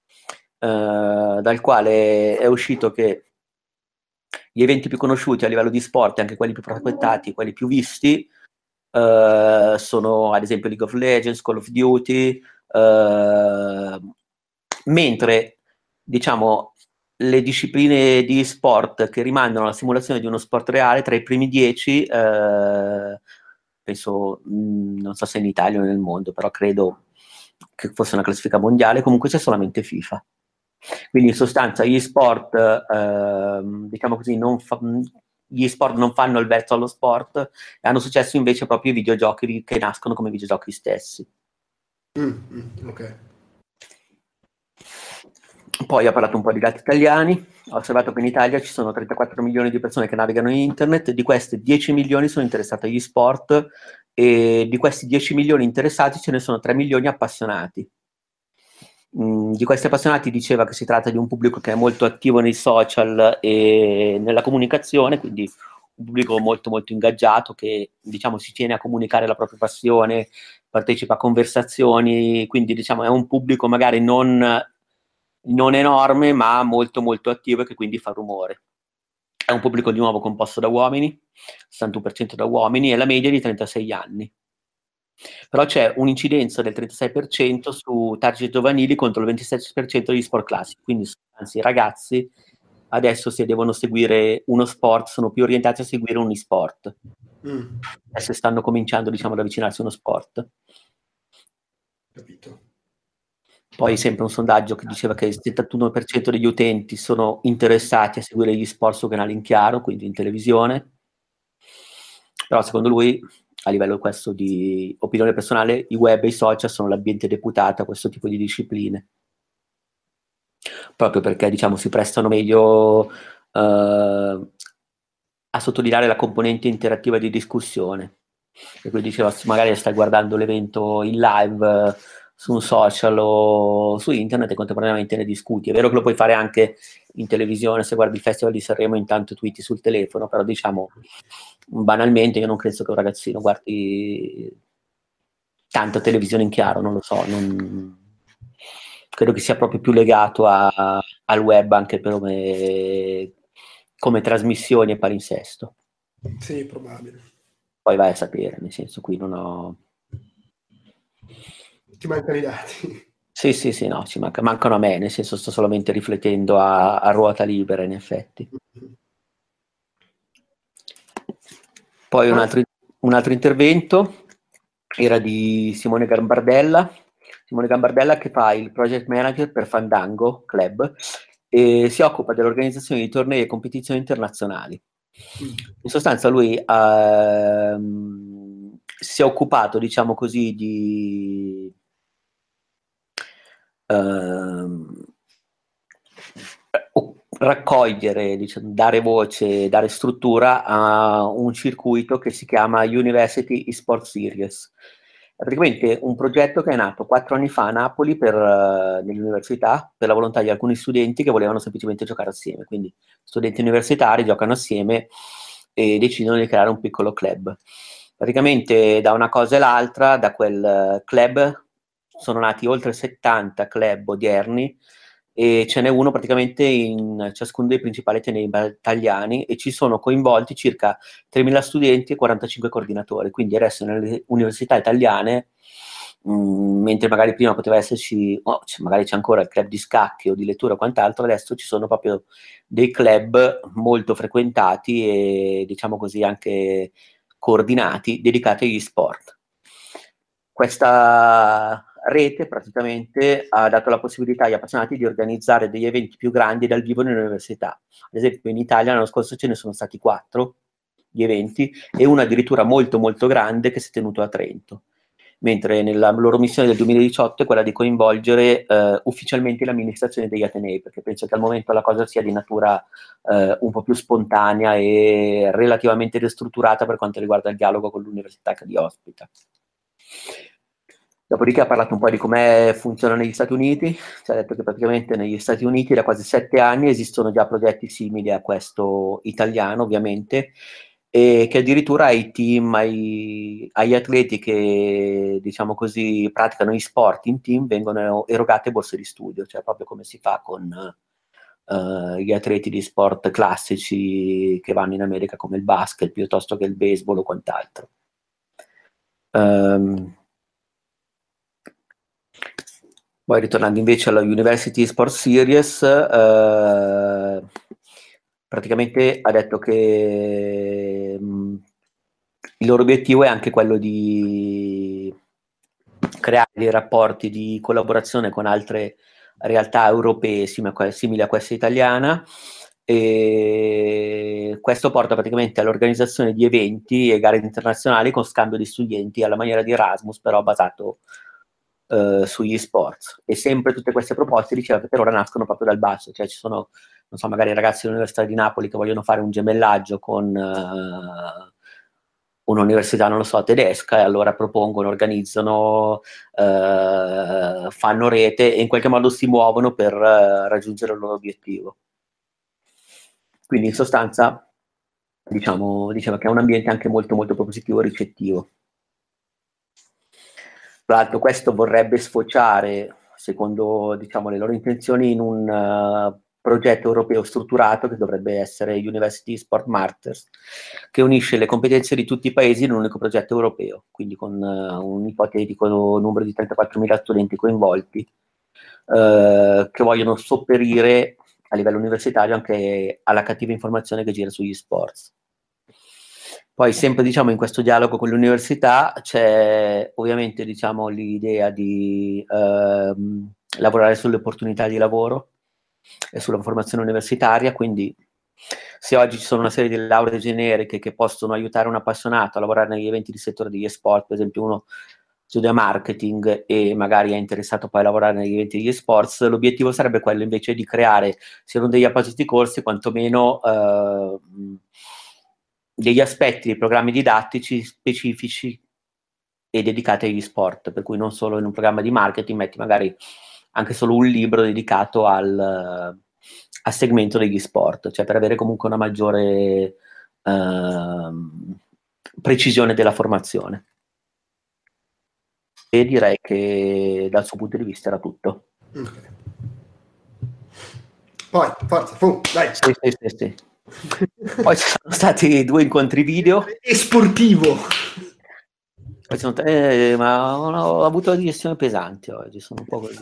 dal quale è uscito che gli eventi più conosciuti a livello di sport, anche quelli più frequentati, quelli più visti, sono ad esempio League of Legends, Call of Duty, mentre diciamo le discipline di sport che rimandano alla simulazione di uno sport reale, tra i primi 10, penso, non so se in Italia o nel mondo, però credo che fosse una classifica mondiale, comunque c'è solamente FIFA. Quindi in sostanza gli sport, diciamo così, gli sport non fanno il verso allo sport e hanno successo invece proprio i videogiochi che nascono come videogiochi stessi. Ok. Poi ho parlato un po' di dati italiani, ho osservato che in Italia ci sono 34 milioni di persone che navigano in internet, di queste 10 milioni sono interessate agli sport e di questi 10 milioni interessati ce ne sono 3 milioni appassionati. Di questi appassionati diceva che si tratta di un pubblico che è molto attivo nei social e nella comunicazione, quindi un pubblico molto molto ingaggiato che, diciamo, si tiene a comunicare la propria passione, partecipa a conversazioni, quindi, diciamo, è un pubblico magari non enorme, ma molto molto attivo e che quindi fa rumore. È un pubblico di nuovo composto da uomini, 61% da uomini, e la media è di 36 anni. Però c'è un'incidenza del 36% su target giovanili contro il 27% degli sport classici, quindi anzi i ragazzi adesso, se devono seguire uno sport, sono più orientati a seguire un e-sport. Adesso stanno cominciando, diciamo, ad avvicinarsi a uno sport. Capito. Poi sempre un sondaggio che diceva che il 71% degli utenti sono interessati a seguire gli sport su canali in chiaro, quindi in televisione. Però secondo lui, a livello questo di opinione personale, i web e i social sono l'ambiente deputato a questo tipo di discipline. Proprio perché, diciamo, si prestano meglio a sottolineare la componente interattiva di discussione. E quindi diceva, magari stai guardando l'evento in live su un social o su internet e contemporaneamente ne discuti. È vero che lo puoi fare anche in televisione, se guardi il Festival di Sanremo intanto tweeti sul telefono, però diciamo, banalmente io non credo che un ragazzino guardi tanta televisione in chiaro, non lo so, credo che sia proprio più legato al web anche per come trasmissioni e palinsesto. Sì, probabile. Poi vai a sapere, nel senso, qui non ho... Ti mancano i dati. Sì, no, mancano a me, nel senso sto solamente riflettendo a ruota libera, in effetti. Poi un altro intervento era di Simone Gambardella. Simone Gambardella, che fa il project manager per Fandango Club e si occupa dell'organizzazione di tornei e competizioni internazionali. In sostanza lui si è occupato, diciamo così, di raccogliere, diciamo, dare voce, dare struttura a un circuito che si chiama University eSport Series. È praticamente un progetto che è nato 4 anni fa a Napoli nell'università, per la volontà di alcuni studenti che volevano semplicemente giocare assieme. Quindi studenti universitari giocano assieme e decidono di creare un piccolo club. Praticamente da una cosa e l'altra, da quel club sono nati oltre 70 club odierni e ce n'è uno praticamente in ciascuno dei principali atenei italiani e ci sono coinvolti circa 3.000 studenti e 45 coordinatori, quindi adesso nelle università italiane, mentre magari prima poteva esserci, magari c'è ancora il club di scacchi o di lettura o quant'altro, adesso ci sono proprio dei club molto frequentati e, diciamo così, anche coordinati, dedicati agli sport. Questa rete praticamente ha dato la possibilità agli appassionati di organizzare degli eventi più grandi dal vivo nelle università. Ad esempio in Italia l'anno scorso ce ne sono stati 4 di eventi e uno addirittura molto molto grande che si è tenuto a Trento, mentre nella loro missione del 2018 è quella di coinvolgere ufficialmente l'amministrazione degli atenei, perché penso che al momento la cosa sia di natura un po' più spontanea e relativamente destrutturata per quanto riguarda il dialogo con l'università che li ospita. Dopodiché ha parlato un po' di come funziona negli Stati Uniti, ci ha detto che praticamente negli Stati Uniti da quasi 7 anni esistono già progetti simili a questo italiano, ovviamente, e che addirittura ai team, agli atleti che, diciamo così, praticano gli sport in team vengono erogate borse di studio, cioè proprio come si fa con gli atleti di sport classici che vanno in America come il basket piuttosto che il baseball o quant'altro. Poi ritornando invece alla University Sport Series, praticamente ha detto che il loro obiettivo è anche quello di creare dei rapporti di collaborazione con altre realtà europee simili a questa italiana, e questo porta praticamente all'organizzazione di eventi e gare internazionali con scambio di studenti alla maniera di Erasmus, però basato sugli sports. E sempre tutte queste proposte, diceva, che per ora nascono proprio dal basso, cioè ci sono, non so, magari ragazzi dell'Università di Napoli che vogliono fare un gemellaggio con un'università, non lo so, tedesca, e allora propongono, organizzano, fanno rete e in qualche modo si muovono per raggiungere il loro obiettivo. Quindi in sostanza diceva che è un ambiente anche molto molto propositivo e ricettivo. Tra l'altro questo vorrebbe sfociare, secondo le loro intenzioni, in un progetto europeo strutturato che dovrebbe essere University Sport Masters, che unisce le competenze di tutti i paesi in un unico progetto europeo, quindi con un ipotetico numero di 34.000 studenti coinvolti, che vogliono sopperire a livello universitario anche alla cattiva informazione che gira sugli sports. Poi sempre in questo dialogo con l'università c'è ovviamente l'idea di lavorare sulle opportunità di lavoro e sulla formazione universitaria, quindi se oggi ci sono una serie di lauree generiche che possono aiutare un appassionato a lavorare negli eventi di settore degli sport, per esempio uno studia marketing e magari è interessato poi a lavorare negli eventi degli sports, l'obiettivo sarebbe quello invece di creare, se non degli appositi corsi, quantomeno degli aspetti dei programmi didattici specifici e dedicati agli sport, per cui non solo in un programma di marketing metti magari anche solo un libro dedicato al segmento degli sport, cioè per avere comunque una maggiore precisione della formazione. E direi che dal suo punto di vista era tutto. Okay. Poi, forza, fu, dai! Sì. Poi ci sono stati 2 incontri video. È sportivo! Poi sono ma ho avuto una digestione pesante oggi, sono un po' così.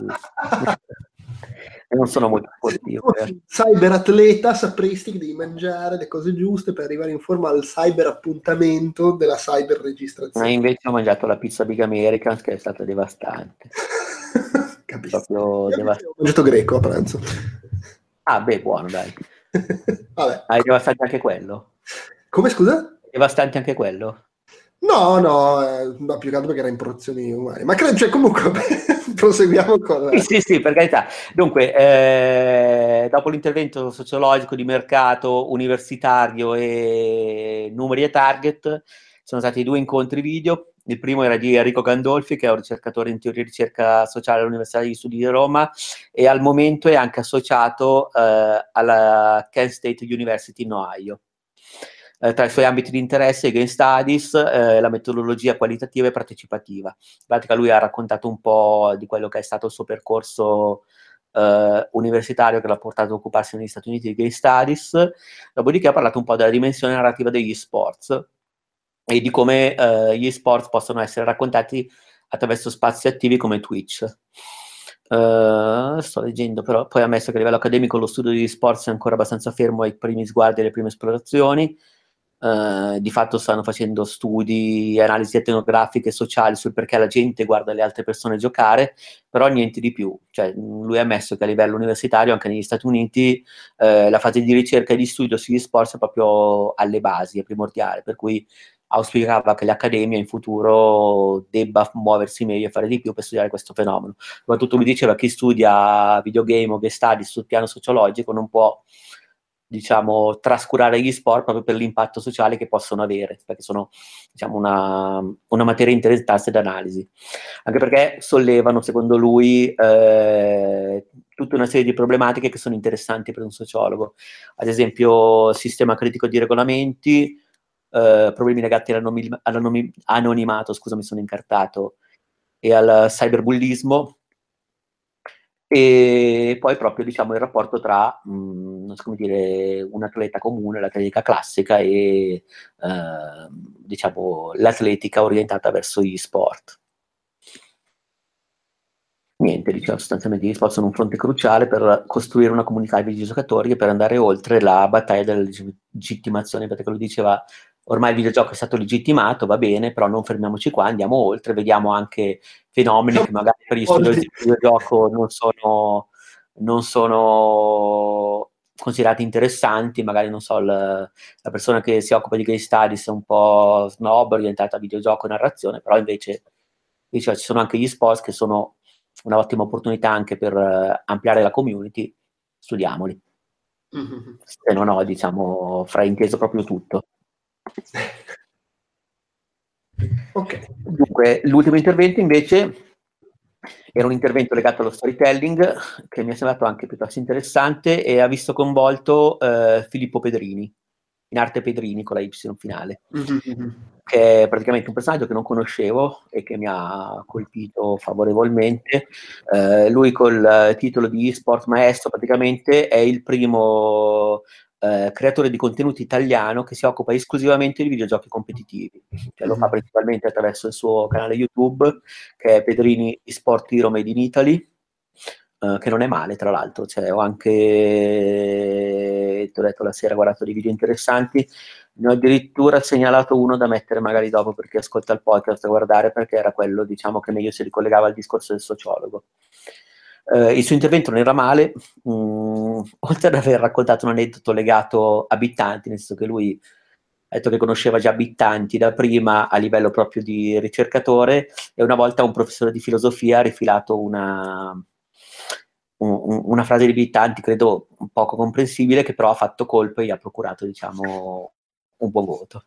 E non sono molto sportivo. Cyberatleta, sapresti che devi mangiare le cose giuste per arrivare in forma al cyber appuntamento della cyber registrazione. Invece ho mangiato la pizza Big Americans, che è stata devastante. Capisco. Proprio devastante. Ho mangiato greco a pranzo. Ah, beh, buono, dai. Vabbè. Hai devastante anche quello? Come, scusa? Devastante anche quello? No, più che altro perché era in porzioni umane. Ma credo, cioè, comunque, proseguiamo con... Sì, per carità. Dunque, dopo l'intervento sociologico di mercato, universitario e numeri e target, sono stati 2 incontri video. Il primo era di Enrico Gandolfi, che è un ricercatore in teoria e ricerca sociale all'Università degli Studi di Roma e al momento è anche associato alla Kent State University in Ohio. Tra i suoi ambiti di interesse, Game Studies, la metodologia qualitativa e partecipativa. In pratica lui ha raccontato un po' di quello che è stato il suo percorso universitario che l'ha portato a occuparsi negli Stati Uniti di Game Studies, dopodiché ha parlato un po' della dimensione narrativa degli sports e di come gli sports possono essere raccontati attraverso spazi attivi come Twitch. Sto leggendo, però poi ha ammesso che a livello accademico lo studio degli sports è ancora abbastanza fermo ai primi sguardi e alle prime esplorazioni. Di fatto stanno facendo studi e analisi etnografiche e sociali sul perché la gente guarda le altre persone giocare, però niente di più. Cioè, lui ha ammesso che a livello universitario, anche negli Stati Uniti, la fase di ricerca e di studio sugli sport è proprio alle basi, è primordiale, per cui auspicava che l'Accademia in futuro debba muoversi meglio e fare di più per studiare questo fenomeno. Soprattutto lui diceva che chi studia videogame o che studies sul piano sociologico non può trascurare gli sport proprio per l'impatto sociale che possono avere, perché sono una materia interessante d'analisi, anche perché sollevano, secondo lui, tutta una serie di problematiche che sono interessanti per un sociologo, ad esempio sistema critico di regolamenti, problemi legati all'anonimato, scusa mi sono incartato, e al cyberbullismo, e poi proprio il rapporto tra come dire, un atleta comune, l'atletica classica e l'atletica orientata verso gli sport. Niente, sostanzialmente gli sport sono un fronte cruciale per costruire una comunità di videogiocatori e per andare oltre la battaglia della legittimazione, perché lo diceva, ormai il videogioco è stato legittimato, va bene, però non fermiamoci qua, andiamo oltre, vediamo anche fenomeni che magari per gli studiosi di videogioco non sono considerati interessanti, magari non so, la persona che si occupa di game studies è un po' snob, orientata a videogioco e narrazione, però invece ci sono anche gli sport che sono un'ottima opportunità anche per ampliare la community, studiamoli. Mm-hmm. Se no, frainteso proprio tutto. Ok. Dunque, l'ultimo intervento invece era un intervento legato allo storytelling che mi è sembrato anche piuttosto interessante e ha visto coinvolto Filippo Pedrini. in arte Pedrini con la Y finale, Mhm. che è praticamente un personaggio che non conoscevo e che mi ha colpito favorevolmente. Lui col titolo di eSport Maestro praticamente è il primo creatore di contenuti italiano che si occupa esclusivamente di videogiochi competitivi, cioè lo fa principalmente attraverso il suo canale YouTube, che è Pedrini eSport Hero Made in Italy, che non è male tra l'altro, cioè, ho anche, ti ho detto la sera, guardato dei video interessanti, ne ho addirittura segnalato uno da mettere magari dopo per chi ascolta il podcast a guardare, perché era quello, diciamo, che meglio si ricollegava al discorso del sociologo. Il suo intervento non era male, oltre ad aver raccontato un aneddoto legato a Bittanti, nel senso che lui ha detto che conosceva già Bittanti da prima a livello proprio di ricercatore, e una volta un professore di filosofia ha rifilato una frase di Bittanti, credo poco comprensibile, che però ha fatto colpo e gli ha procurato, diciamo, un buon voto.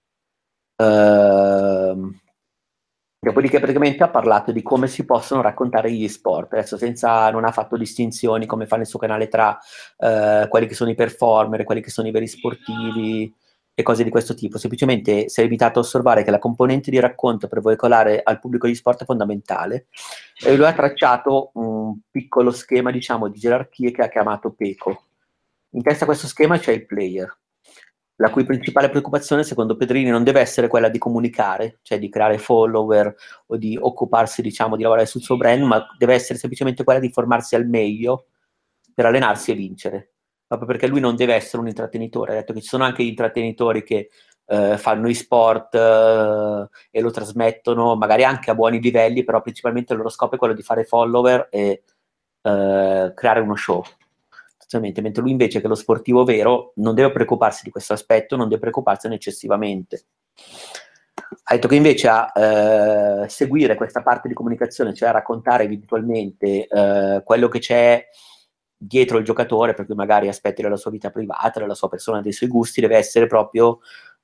Dopodiché praticamente ha parlato di come si possono raccontare gli sport, adesso non ha fatto distinzioni come fa nel suo canale tra quelli che sono i performer, quelli che sono i veri sportivi e cose di questo tipo, semplicemente si è limitato a osservare che la componente di racconto per veicolare al pubblico gli sport è fondamentale, e lui ha tracciato un piccolo schema, diciamo, di gerarchie che ha chiamato PECO. In testa a questo schema c'è il player, la cui principale preoccupazione, secondo Pedrini, non deve essere quella di comunicare, cioè di creare follower o di occuparsi, diciamo, di lavorare sul suo brand, ma deve essere semplicemente quella di formarsi al meglio per allenarsi e vincere. Proprio perché lui non deve essere un intrattenitore. Ha detto che ci sono anche gli intrattenitori che fanno i sport e lo trasmettono, magari anche a buoni livelli, però principalmente il loro scopo è quello di fare follower e creare uno show. Mentre lui invece, che è lo sportivo vero, non deve preoccuparsi di questo aspetto, non deve preoccuparsene eccessivamente. Ha detto che invece a seguire questa parte di comunicazione, cioè a raccontare eventualmente quello che c'è dietro il giocatore, per cui magari aspetti della sua vita privata, della sua persona, dei suoi gusti, deve essere proprio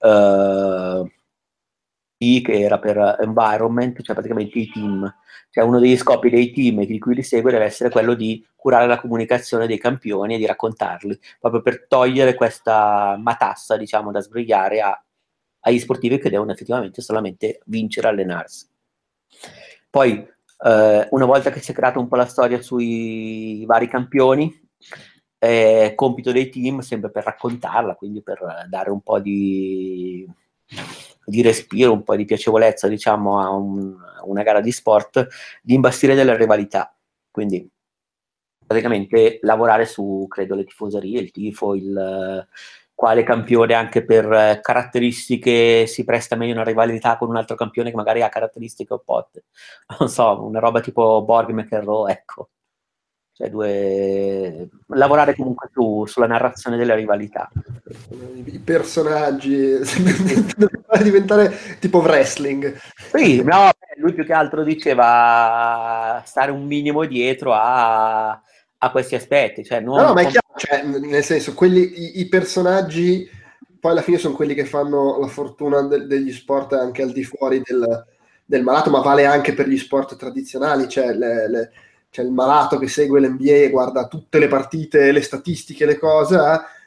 che era per environment, cioè praticamente i team. Cioè uno degli scopi dei team di cui li segue deve essere quello di curare la comunicazione dei campioni e di raccontarli, proprio per togliere questa matassa, diciamo, da sbrigare agli sportivi che devono effettivamente solamente vincere e allenarsi. Poi, una volta che si è creata un po' la storia sui vari campioni, compito dei team, sempre per raccontarla, quindi per dare un po' di respiro, un po' di piacevolezza, diciamo, a una gara di sport, di imbastire delle rivalità. Quindi praticamente lavorare su, credo, le tifoserie, il tifo, quale campione anche per caratteristiche si presta meglio una rivalità con un altro campione che magari ha caratteristiche opposte. Non so, una roba tipo Borg McEnroe, ecco. Cioè lavorare comunque sulla narrazione delle rivalità. I personaggi dovrebbero diventare tipo wrestling. Sì, no, lui più che altro diceva stare un minimo dietro a questi aspetti, cioè No, no, non ma è chiaro, cioè, nel senso, i personaggi poi alla fine sono quelli che fanno la fortuna degli sport anche al di fuori del malato, ma vale anche per gli sport tradizionali, cioè c'è il malato che segue l'NBA e guarda tutte le partite, le statistiche, le cose,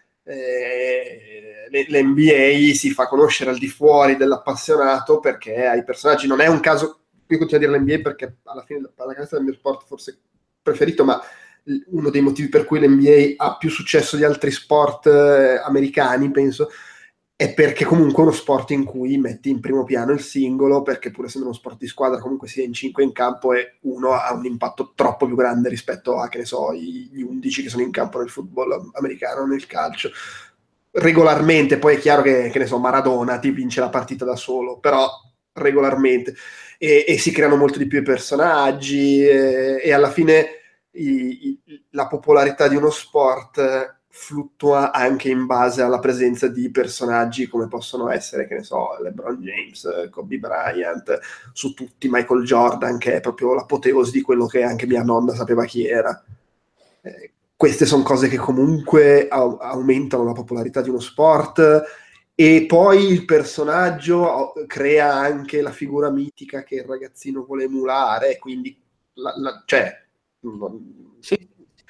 l'NBA si fa conoscere al di fuori dell'appassionato perché ai personaggi, non è un caso, qui continuo a dire l'NBA perché alla fine la pallacanestro è il mio sport forse preferito, ma uno dei motivi per cui l'NBA ha più successo di altri sport americani, penso, è perché comunque è uno sport in cui metti in primo piano il singolo, perché pur essendo uno sport di squadra comunque si è in 5 in campo e uno ha un impatto troppo più grande rispetto a, che ne so, gli 11 che sono in campo nel football americano, nel calcio. Regolarmente, poi è chiaro che ne so, Maradona ti vince la partita da solo, però regolarmente. E si creano molto di più i personaggi e alla fine la popolarità di uno sport fluttua anche in base alla presenza di personaggi come possono essere, che ne so, LeBron James, Kobe Bryant, su tutti, Michael Jordan, che è proprio l'apoteosi di quello che anche mia nonna sapeva chi era. Queste sono cose che comunque aumentano la popolarità di uno sport, e poi il personaggio crea anche la figura mitica che il ragazzino vuole emulare, quindi cioè, Sì,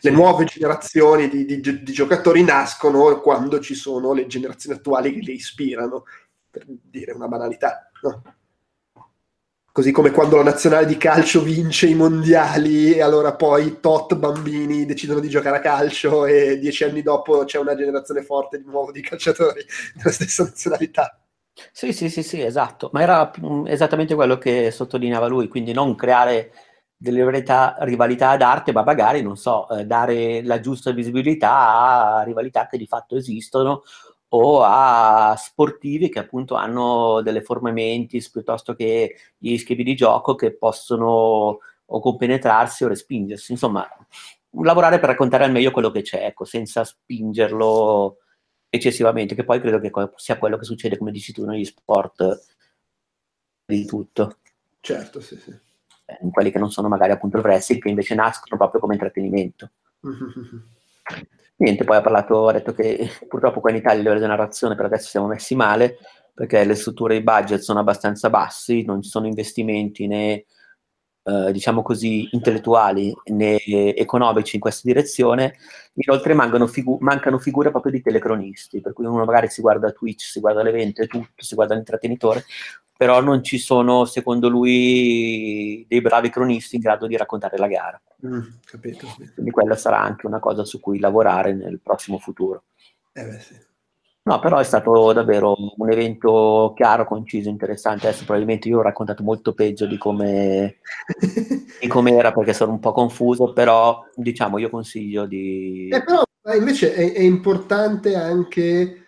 le nuove generazioni di giocatori nascono quando ci sono le generazioni attuali che li ispirano, per dire una banalità, no? Così come quando la nazionale di calcio vince i mondiali e allora poi tot bambini decidono di giocare a calcio e 10 anni dopo c'è una generazione forte di nuovo di calciatori della stessa nazionalità. Sì, sì, sì, sì, esatto, ma era esattamente quello che sottolineava lui, quindi non creare delle rivalità ad arte, ma magari, non so, dare la giusta visibilità a rivalità che di fatto esistono o a sportivi che appunto hanno delle forme mentis piuttosto che gli schemi di gioco che possono o compenetrarsi o respingersi. Insomma, lavorare per raccontare al meglio quello che c'è, ecco, senza spingerlo eccessivamente, che poi credo che sia quello che succede, come dici tu, negli sport di tutto. Certo, sì, sì. In quelli che non sono magari appunto il wrestling, che invece nascono proprio come intrattenimento. Niente, poi ha detto che purtroppo qua in Italia a livello di narrazione per adesso siamo messi male, perché le strutture e i budget sono abbastanza bassi, non ci sono investimenti né, diciamo così, intellettuali né economici in questa direzione. Inoltre mancano figure proprio di telecronisti, per cui uno magari si guarda Twitch, si guarda l'evento e tutto, si guarda l'intrattenitore, però non ci sono, secondo lui, dei bravi cronisti in grado di raccontare la gara. Capito. Quindi quella sarà anche una cosa su cui lavorare nel prossimo futuro. Beh, sì. No, però è stato davvero un evento chiaro, conciso, interessante. Adesso probabilmente io ho raccontato molto peggio di come era, perché sono un po' confuso, però diciamo io consiglio di... Però invece è importante anche,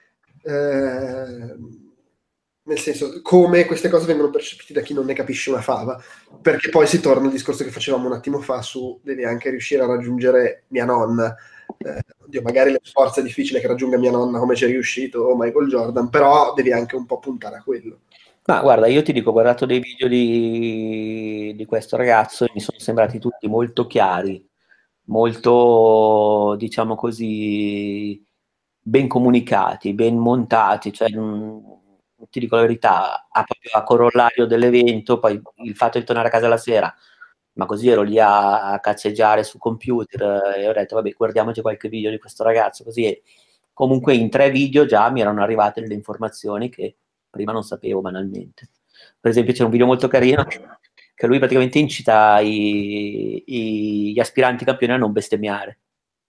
nel senso, come queste cose vengono percepite da chi non ne capisce una fava, perché poi si torna al discorso che facevamo un attimo fa su devi anche riuscire a raggiungere mia nonna. Oddio, magari lo sforzo è difficile che raggiunga mia nonna come ci è riuscito o Michael Jordan, però devi anche un po' puntare a quello. Ma guarda, io ti dico, ho guardato dei video di questo ragazzo e mi sono sembrati tutti molto chiari, molto, diciamo così, ben comunicati, ben montati, cioè, ti dico la verità, proprio a corollario dell'evento, poi il fatto di tornare a casa la sera, ma così ero lì a cazzeggiare sul computer e ho detto, vabbè, guardiamoci qualche video di questo ragazzo, così e comunque in 3 video già mi erano arrivate delle informazioni che prima non sapevo banalmente. Per esempio c'è un video molto carino che lui praticamente incita gli aspiranti campioni a non bestemmiare.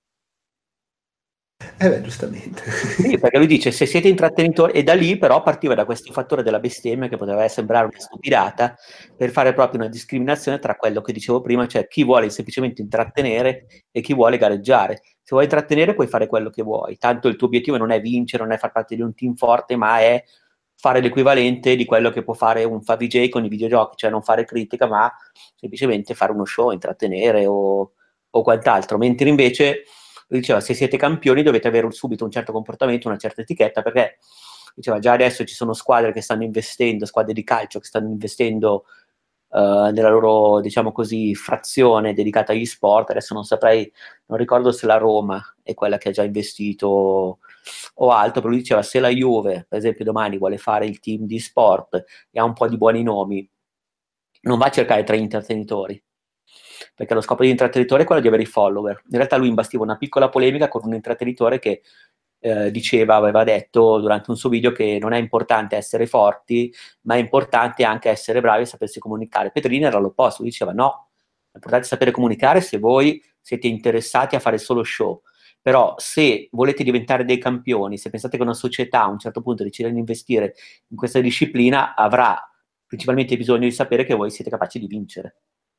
Beh, giustamente. Sì, perché lui dice se siete intrattenitori, e da lì però partiva da questo fattore della bestemmia che poteva sembrare una stupidata, per fare proprio una discriminazione tra quello che dicevo prima, cioè chi vuole semplicemente intrattenere e chi vuole gareggiare. Se vuoi intrattenere puoi fare quello che vuoi, tanto il tuo obiettivo non è vincere, non è far parte di un team forte, ma è fare l'equivalente di quello che può fare un Favij con i videogiochi, cioè non fare critica, ma semplicemente fare uno show, intrattenere o quant'altro, mentre invece diceva se siete campioni dovete avere subito un certo comportamento, una certa etichetta, perché diceva già adesso ci sono squadre che stanno investendo, squadre di calcio che stanno investendo nella loro, diciamo così, frazione dedicata agli sport. Adesso non saprei, non ricordo se la Roma è quella che ha già investito o altro, però lui diceva se la Juve, per esempio, domani vuole fare il team di sport e ha un po' di buoni nomi, non va a cercare 3 intrattenitori, perché lo scopo dell'intrattenitore è quello di avere i follower. In realtà lui imbastiva una piccola polemica con un intrattenitore che aveva detto durante un suo video che non è importante essere forti, ma è importante anche essere bravi e sapersi comunicare. Petrini era l'opposto, lui diceva no, è importante sapere comunicare se voi siete interessati a fare solo show. Però se volete diventare dei campioni, se pensate che una società a un certo punto decide di investire in questa disciplina, avrà principalmente bisogno di sapere che voi siete capaci di vincere.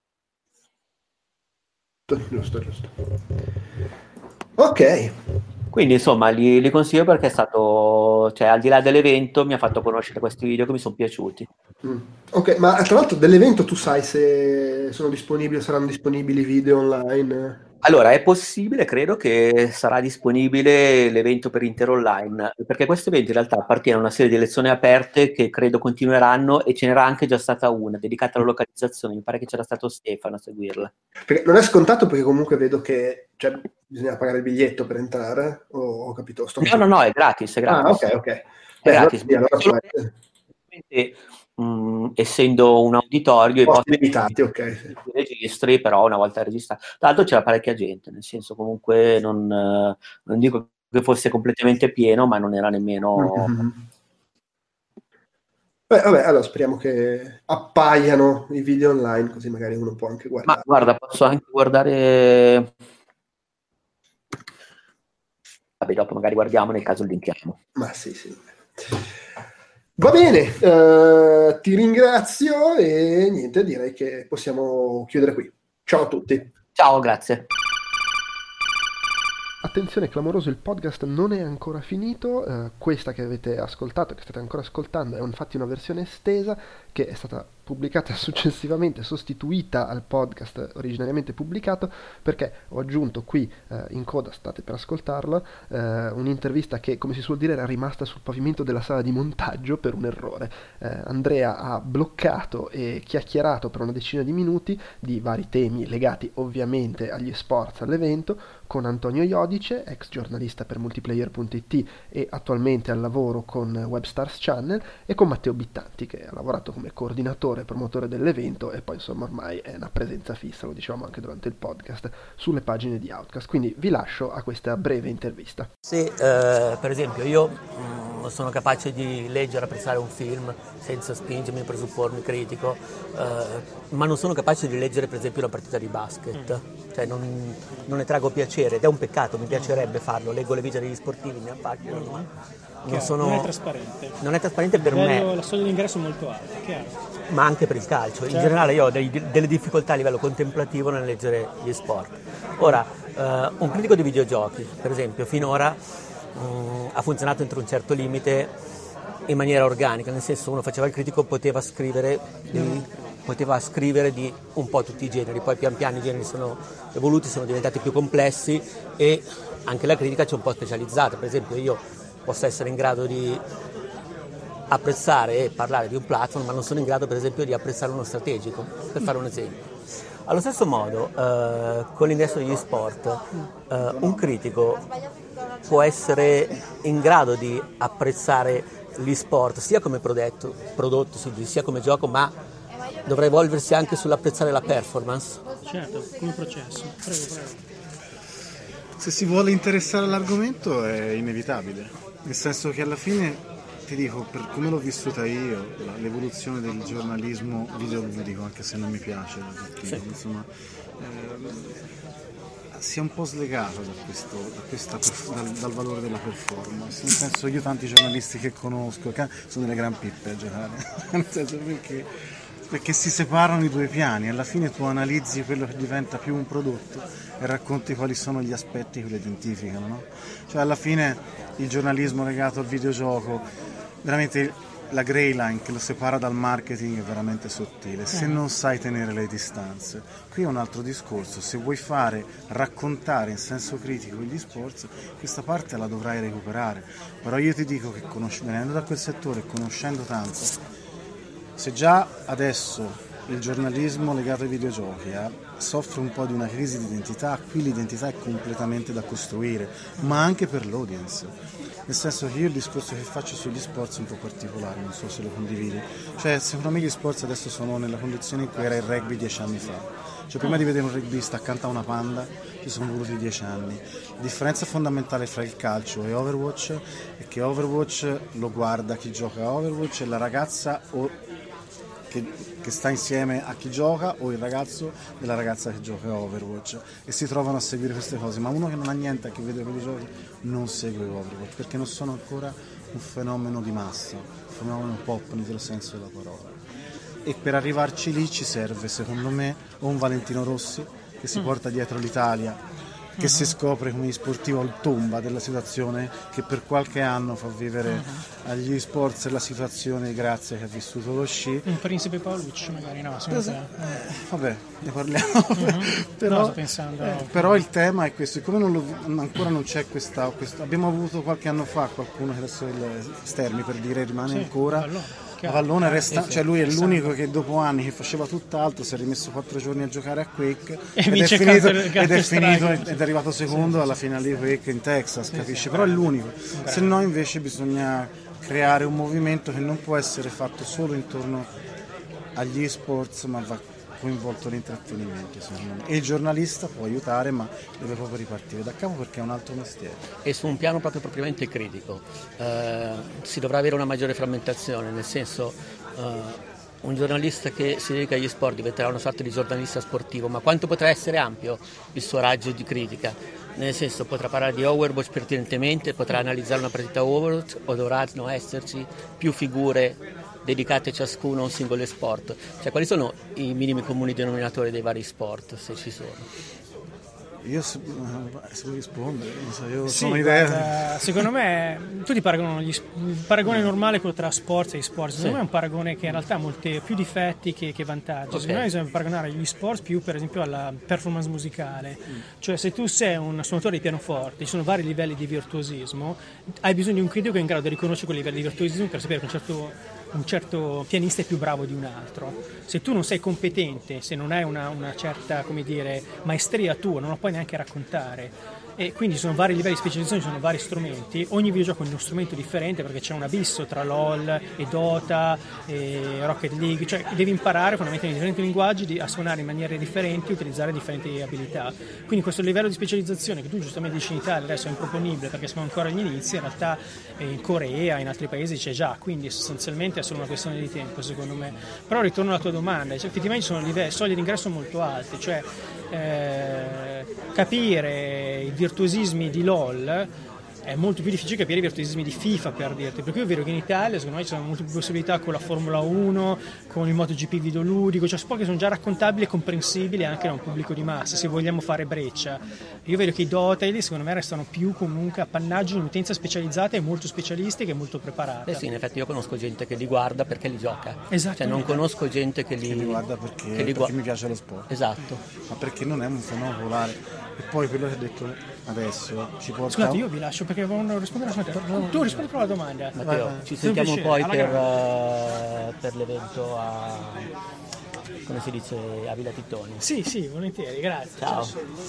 Giusto. Ok. Quindi insomma li consiglio perché è stato, cioè al di là dell'evento mi ha fatto conoscere questi video che mi sono piaciuti. Ok, ma tra l'altro dell'evento tu sai se sono disponibili o saranno disponibili video online? Allora, è possibile, credo che sarà disponibile l'evento per intero online, perché questo evento in realtà appartiene a una serie di lezioni aperte che credo continueranno e ce n'era anche già stata una dedicata alla localizzazione, mi pare che c'era stato Stefano a seguirla. Perché non è scontato perché comunque vedo che bisogna pagare il biglietto per entrare, ho capito, sto capendo. No, è gratis, è Ah, gratis. ok. È Beh, allora gratis. sì, allora può essere. essendo un auditorio, i posti limitati, ok. Sì. Registri, però una volta registrato. Tra l'altro c'era parecchia gente, nel senso comunque non dico che fosse completamente pieno, ma non era nemmeno... Mm-hmm. Beh, vabbè, allora speriamo che appaiano i video online, così magari uno può anche guardare. Ma guarda, posso anche guardare... Vabbè, dopo magari guardiamo, nel caso linkiamo. Ma sì. Va bene, ti ringrazio e niente, direi che possiamo chiudere qui. Ciao a tutti. Ciao, grazie. Attenzione, clamoroso, il podcast non è ancora finito, questa che avete ascoltato, che state ancora ascoltando, è infatti una versione estesa che è stata pubblicata successivamente, sostituita al podcast originariamente pubblicato, perché ho aggiunto qui in coda, state per ascoltarla, un'intervista che, come si suol dire, era rimasta sul pavimento della sala di montaggio per un errore. Andrea ha bloccato e chiacchierato per una decina di minuti di vari temi legati ovviamente agli sport, all'evento, con Antonio Iodice, ex giornalista per multiplayer.it e attualmente al lavoro con Webstars Channel, e con Matteo Bittanti, che ha lavorato come coordinatore e promotore dell'evento e poi insomma ormai è una presenza fissa, lo dicevamo anche durante il podcast, sulle pagine di Outcast. Quindi vi lascio a questa breve intervista. Se per esempio io sono capace di leggere, apprezzare un film senza spingermi, presuppormi critico, ma non sono capace di leggere per esempio una partita di basket, cioè non ne trago piacere ed è un peccato, mi piacerebbe farlo, leggo le vite degli sportivi, mi affascinano. Non è trasparente. Non è trasparente per me. La soglia d'ingresso è molto alta, chiaro. Ma anche per il calcio. In generale io ho delle difficoltà a livello contemplativo nel leggere gli sport. Ora, un critico di videogiochi, per esempio, finora ha funzionato entro un certo limite in maniera organica, nel senso uno faceva il critico, poteva scrivere di un po' tutti i generi, poi pian piano i generi sono evoluti, sono diventati più complessi e anche la critica c'è un po' specializzata. Per esempio io posso essere in grado di apprezzare e parlare di un platform, ma non sono in grado per esempio di apprezzare uno strategico, per fare un esempio. Allo stesso modo, con l'ingresso degli sport, un critico può essere in grado di apprezzare gli sport sia come prodotto sia come gioco, ma dovrà evolversi anche sull'apprezzare la performance. Certo, come processo. Prego. Se si vuole interessare all'argomento è inevitabile, nel senso che alla fine, ti dico, per come l'ho vissuta io, l'evoluzione del giornalismo videoludico, anche se non mi piace, perché sì, insomma si è un po' slegato dal valore della performance, nel senso, io tanti giornalisti che conosco sono delle gran pippe a giocare, nel senso perché si separano i due piani, alla fine tu analizzi quello che diventa più un prodotto e racconti quali sono gli aspetti che lo identificano, no? Cioè alla fine il giornalismo legato al videogioco, veramente la grey line che lo separa dal marketing è veramente sottile, se non sai tenere le distanze. Qui è un altro discorso, se vuoi raccontare in senso critico gli sport, questa parte la dovrai recuperare, però io ti dico che venendo da quel settore e conoscendo tanto, se già adesso il giornalismo legato ai videogiochi soffre un po' di una crisi di identità, qui l'identità è completamente da costruire, ma anche per l'audience. Nel senso che io il discorso che faccio sugli sport è un po' particolare, non so se lo condividi. Cioè, secondo me gli sport adesso sono nella condizione in cui era il rugby 10 anni fa. Cioè, prima di vedere un rugbyista accanto a una panda ci sono voluti 10 anni. La differenza fondamentale fra il calcio e Overwatch è che Overwatch lo guarda chi gioca a Overwatch e la ragazza che sta insieme a chi gioca o il ragazzo della ragazza che gioca a Overwatch e si trovano a seguire queste cose, ma uno che non ha niente a che vedere con i giochi non segue Overwatch perché non sono ancora un fenomeno di massa, un fenomeno pop nel vero senso della parola, e per arrivarci lì ci serve secondo me o un Valentino Rossi che si porta dietro l'Italia, che si scopre come sportivo al tomba della situazione, che per qualche anno fa vivere agli sports la situazione grazie che ha vissuto lo sci. Un Principe Paolucci magari, no? Vabbè, ne parliamo. Però il tema è questo, come ancora non c'è questa, abbiamo avuto qualche anno fa qualcuno che adesso Stermi per dire rimane ancora. Vallone resta, cioè lui è l'unico che dopo anni che faceva tutt'altro si è rimesso 4 giorni a giocare a Quake ed è finito ed è arrivato secondo alla finale di Quake in Texas, capisci? Però è l'unico, se no invece bisogna creare un movimento che non può essere fatto solo intorno agli esports, ma va coinvolto l'intrattenimento, secondo me. E il giornalista può aiutare, ma deve proprio ripartire da capo perché è un altro mestiere. E su un piano proprio propriamente critico si dovrà avere una maggiore frammentazione, nel senso un giornalista che si dedica agli sport diventerà una sorta di giornalista sportivo, ma quanto potrà essere ampio il suo raggio di critica? Nel senso, potrà parlare di Overwatch pertinentemente, potrà analizzare una partita Overwatch, o dovranno esserci più figure dedicate ciascuno a un singolo sport? Cioè, quali sono i minimi comuni denominatori dei vari sport, se ci sono? Io se vuoi rispondere, non so, io Sì, sono idea. guarda, secondo me tutti paragonano il paragone normale quello tra sport e e-sport. Secondo me è un paragone che in realtà ha molti più difetti che vantaggi. Okay. Secondo me bisogna paragonare gli sport più, per esempio, alla performance musicale. Cioè, se tu sei un suonatore di pianoforte, ci sono vari livelli di virtuosismo, hai bisogno di un critico che è in grado di riconoscere quei livelli di virtuosismo per sapere che un certo pianista è più bravo di un altro. Se tu non sei competente, se non hai una certa, come dire, maestria tua, non lo puoi neanche raccontare. E quindi ci sono vari livelli di specializzazione, ci sono vari strumenti, ogni videogioco è uno strumento differente perché c'è un abisso tra LoL e Dota e Rocket League, cioè devi imparare fondamentalmente in differenti linguaggi a suonare in maniere differenti, utilizzare differenti abilità. Quindi questo livello di specializzazione che tu giustamente dici in Italia adesso è improponibile perché siamo ancora agli inizi, in realtà in Corea, in altri paesi c'è già, quindi sostanzialmente è solo una questione di tempo secondo me. Però ritorno alla tua domanda, cioè, effettivamente ci sono soglie di ingresso molto alte, cioè capire i virtuosismi di LoL è molto più difficile capire i virtuosismi di FIFA, per dirti, per cui è vero che in Italia secondo me ci sono molte più possibilità con la Formula 1, con il MotoGP videoludico, cioè sport che sono già raccontabili e comprensibili anche da un pubblico di massa, se vogliamo fare breccia. Io vedo che i Dota secondo me restano più comunque appannaggio di un'utenza specializzata e molto specialistica e molto preparata. Sì, in effetti io conosco gente che li guarda perché li gioca, Esatto. Cioè non conosco gente che li guarda perché mi piace lo sport. Esatto. Ma perché non è un fenomeno popolare. E poi quello che hai detto adesso ci porta. Scusate, io vi lascio perché volevo rispondere a una tu rispondi però alla domanda. Matteo, Vai. ci sentiamo poi Alla per l'evento come si dice, a Villa Tittoni. Sì, volentieri, grazie. Ciao.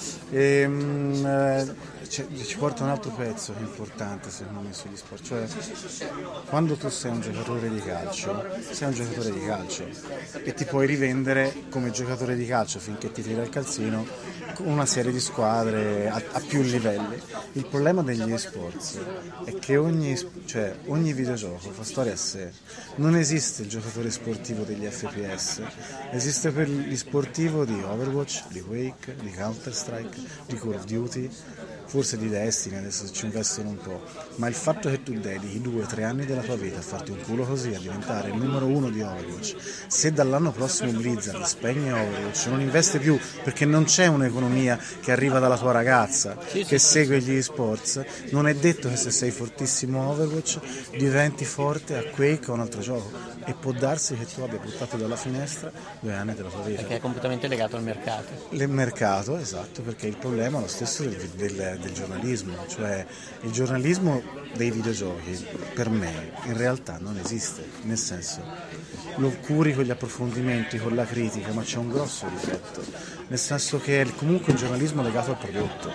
Ci porta un altro pezzo che è importante secondo me sugli sport, cioè quando tu sei un giocatore di calcio, sei un giocatore di calcio e ti puoi rivendere come giocatore di calcio finché ti tira il calzino con una serie di squadre a più livelli. Il problema degli esports è che ogni videogioco fa storia a sé. Non esiste il giocatore sportivo degli FPS, esiste per gli sportivo di Overwatch, di Quake, di Counter-Strike, di Call of Duty, forse di Destiny, adesso ci investono un po', ma il fatto che tu dedichi 2-3 anni della tua vita a farti un culo così, a diventare il numero 1 di Overwatch, se dall'anno prossimo Blizzard spegne Overwatch, non investe più perché non c'è un'economia che arriva dalla tua ragazza che segue gli esports, non è detto che se sei fortissimo a Overwatch diventi forte a Quake o un altro gioco, e può darsi che tu abbia buttato dalla finestra 2 anni della tua vita. Perché è completamente legato al mercato. Il mercato, esatto, perché il problema è lo stesso del giornalismo, cioè il giornalismo dei videogiochi per me in realtà non esiste, nel senso lo curi con gli approfondimenti, con la critica, ma c'è un grosso difetto, nel senso che è comunque un giornalismo legato al prodotto.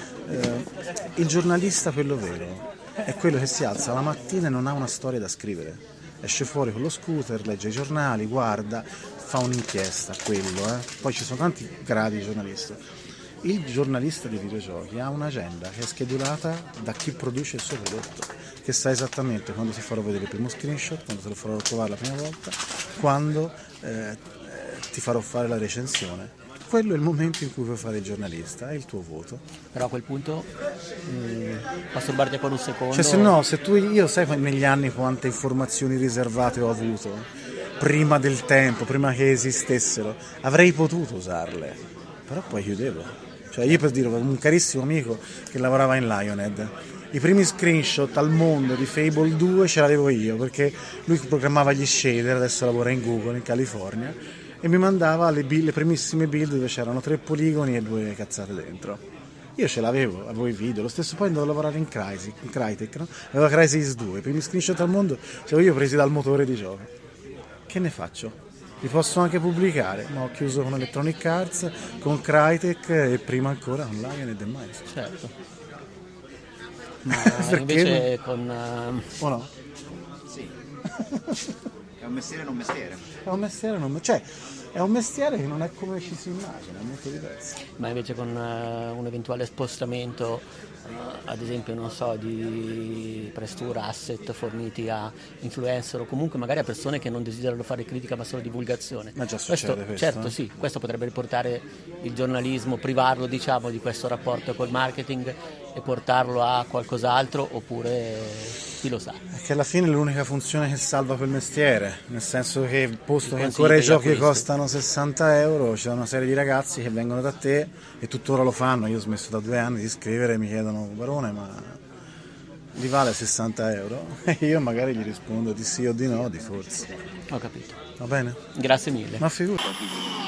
Il giornalista, quello vero, è quello che si alza la mattina e non ha una storia da scrivere. Esce fuori con lo scooter, legge i giornali, guarda, fa un'inchiesta, quello. Poi ci sono tanti gradi di giornalista. Il giornalista di videogiochi ha un'agenda che è schedulata da chi produce il suo prodotto, che sa esattamente quando ti farò vedere il primo screenshot, quando te lo farò provare la prima volta, quando ti farò fare la recensione. Quello è il momento in cui puoi fare il giornalista, è il tuo voto. Però a quel punto masturbarti con un secondo. Cioè io sai negli anni quante informazioni riservate ho avuto prima del tempo, prima che esistessero, avrei potuto usarle, però poi chiudevo. Cioè io, per dire, un carissimo amico che lavorava in Lionhead, i primi screenshot al mondo di Fable 2 ce l'avevo io, perché lui programmava gli shader, adesso lavora in Google in California, e mi mandava le primissime build dove c'erano 3 poligoni e 2 cazzate dentro. Io ce l'avevo, avevo i video, lo stesso poi andavo a lavorare in Crytek, no? Avevo Crysis 2, i primi screenshot al mondo io presi dal motore di gioco. Che ne faccio? Li posso anche pubblicare, ma ho chiuso con Electronic Arts, con Crytek e prima ancora con Lionhead e Miles. Certo. Ma invece con... O no? È un mestiere non mestiere. È un mestiere è un mestiere che non è come ci si immagina, è molto diverso. Ma invece con un eventuale spostamento, ad esempio, non so, di prestura, asset forniti a influencer o comunque magari a persone che non desiderano fare critica ma solo divulgazione. Ma già succede questo? Certo, sì, questo potrebbe riportare il giornalismo, privarlo diciamo di questo rapporto col marketing e portarlo a qualcos'altro, oppure chi lo sa. È che alla fine è l'unica funzione che salva quel mestiere, nel senso che posto che ancora i giochi costano 60 euro, c'è una serie di ragazzi che vengono da te e tuttora lo fanno. Io ho smesso da 2 anni di scrivere, mi chiedono: Barone, ma li vale 60 euro? E io magari gli rispondo di sì o di no, di forse. Ho capito. Va bene? Grazie mille. Ma figurati.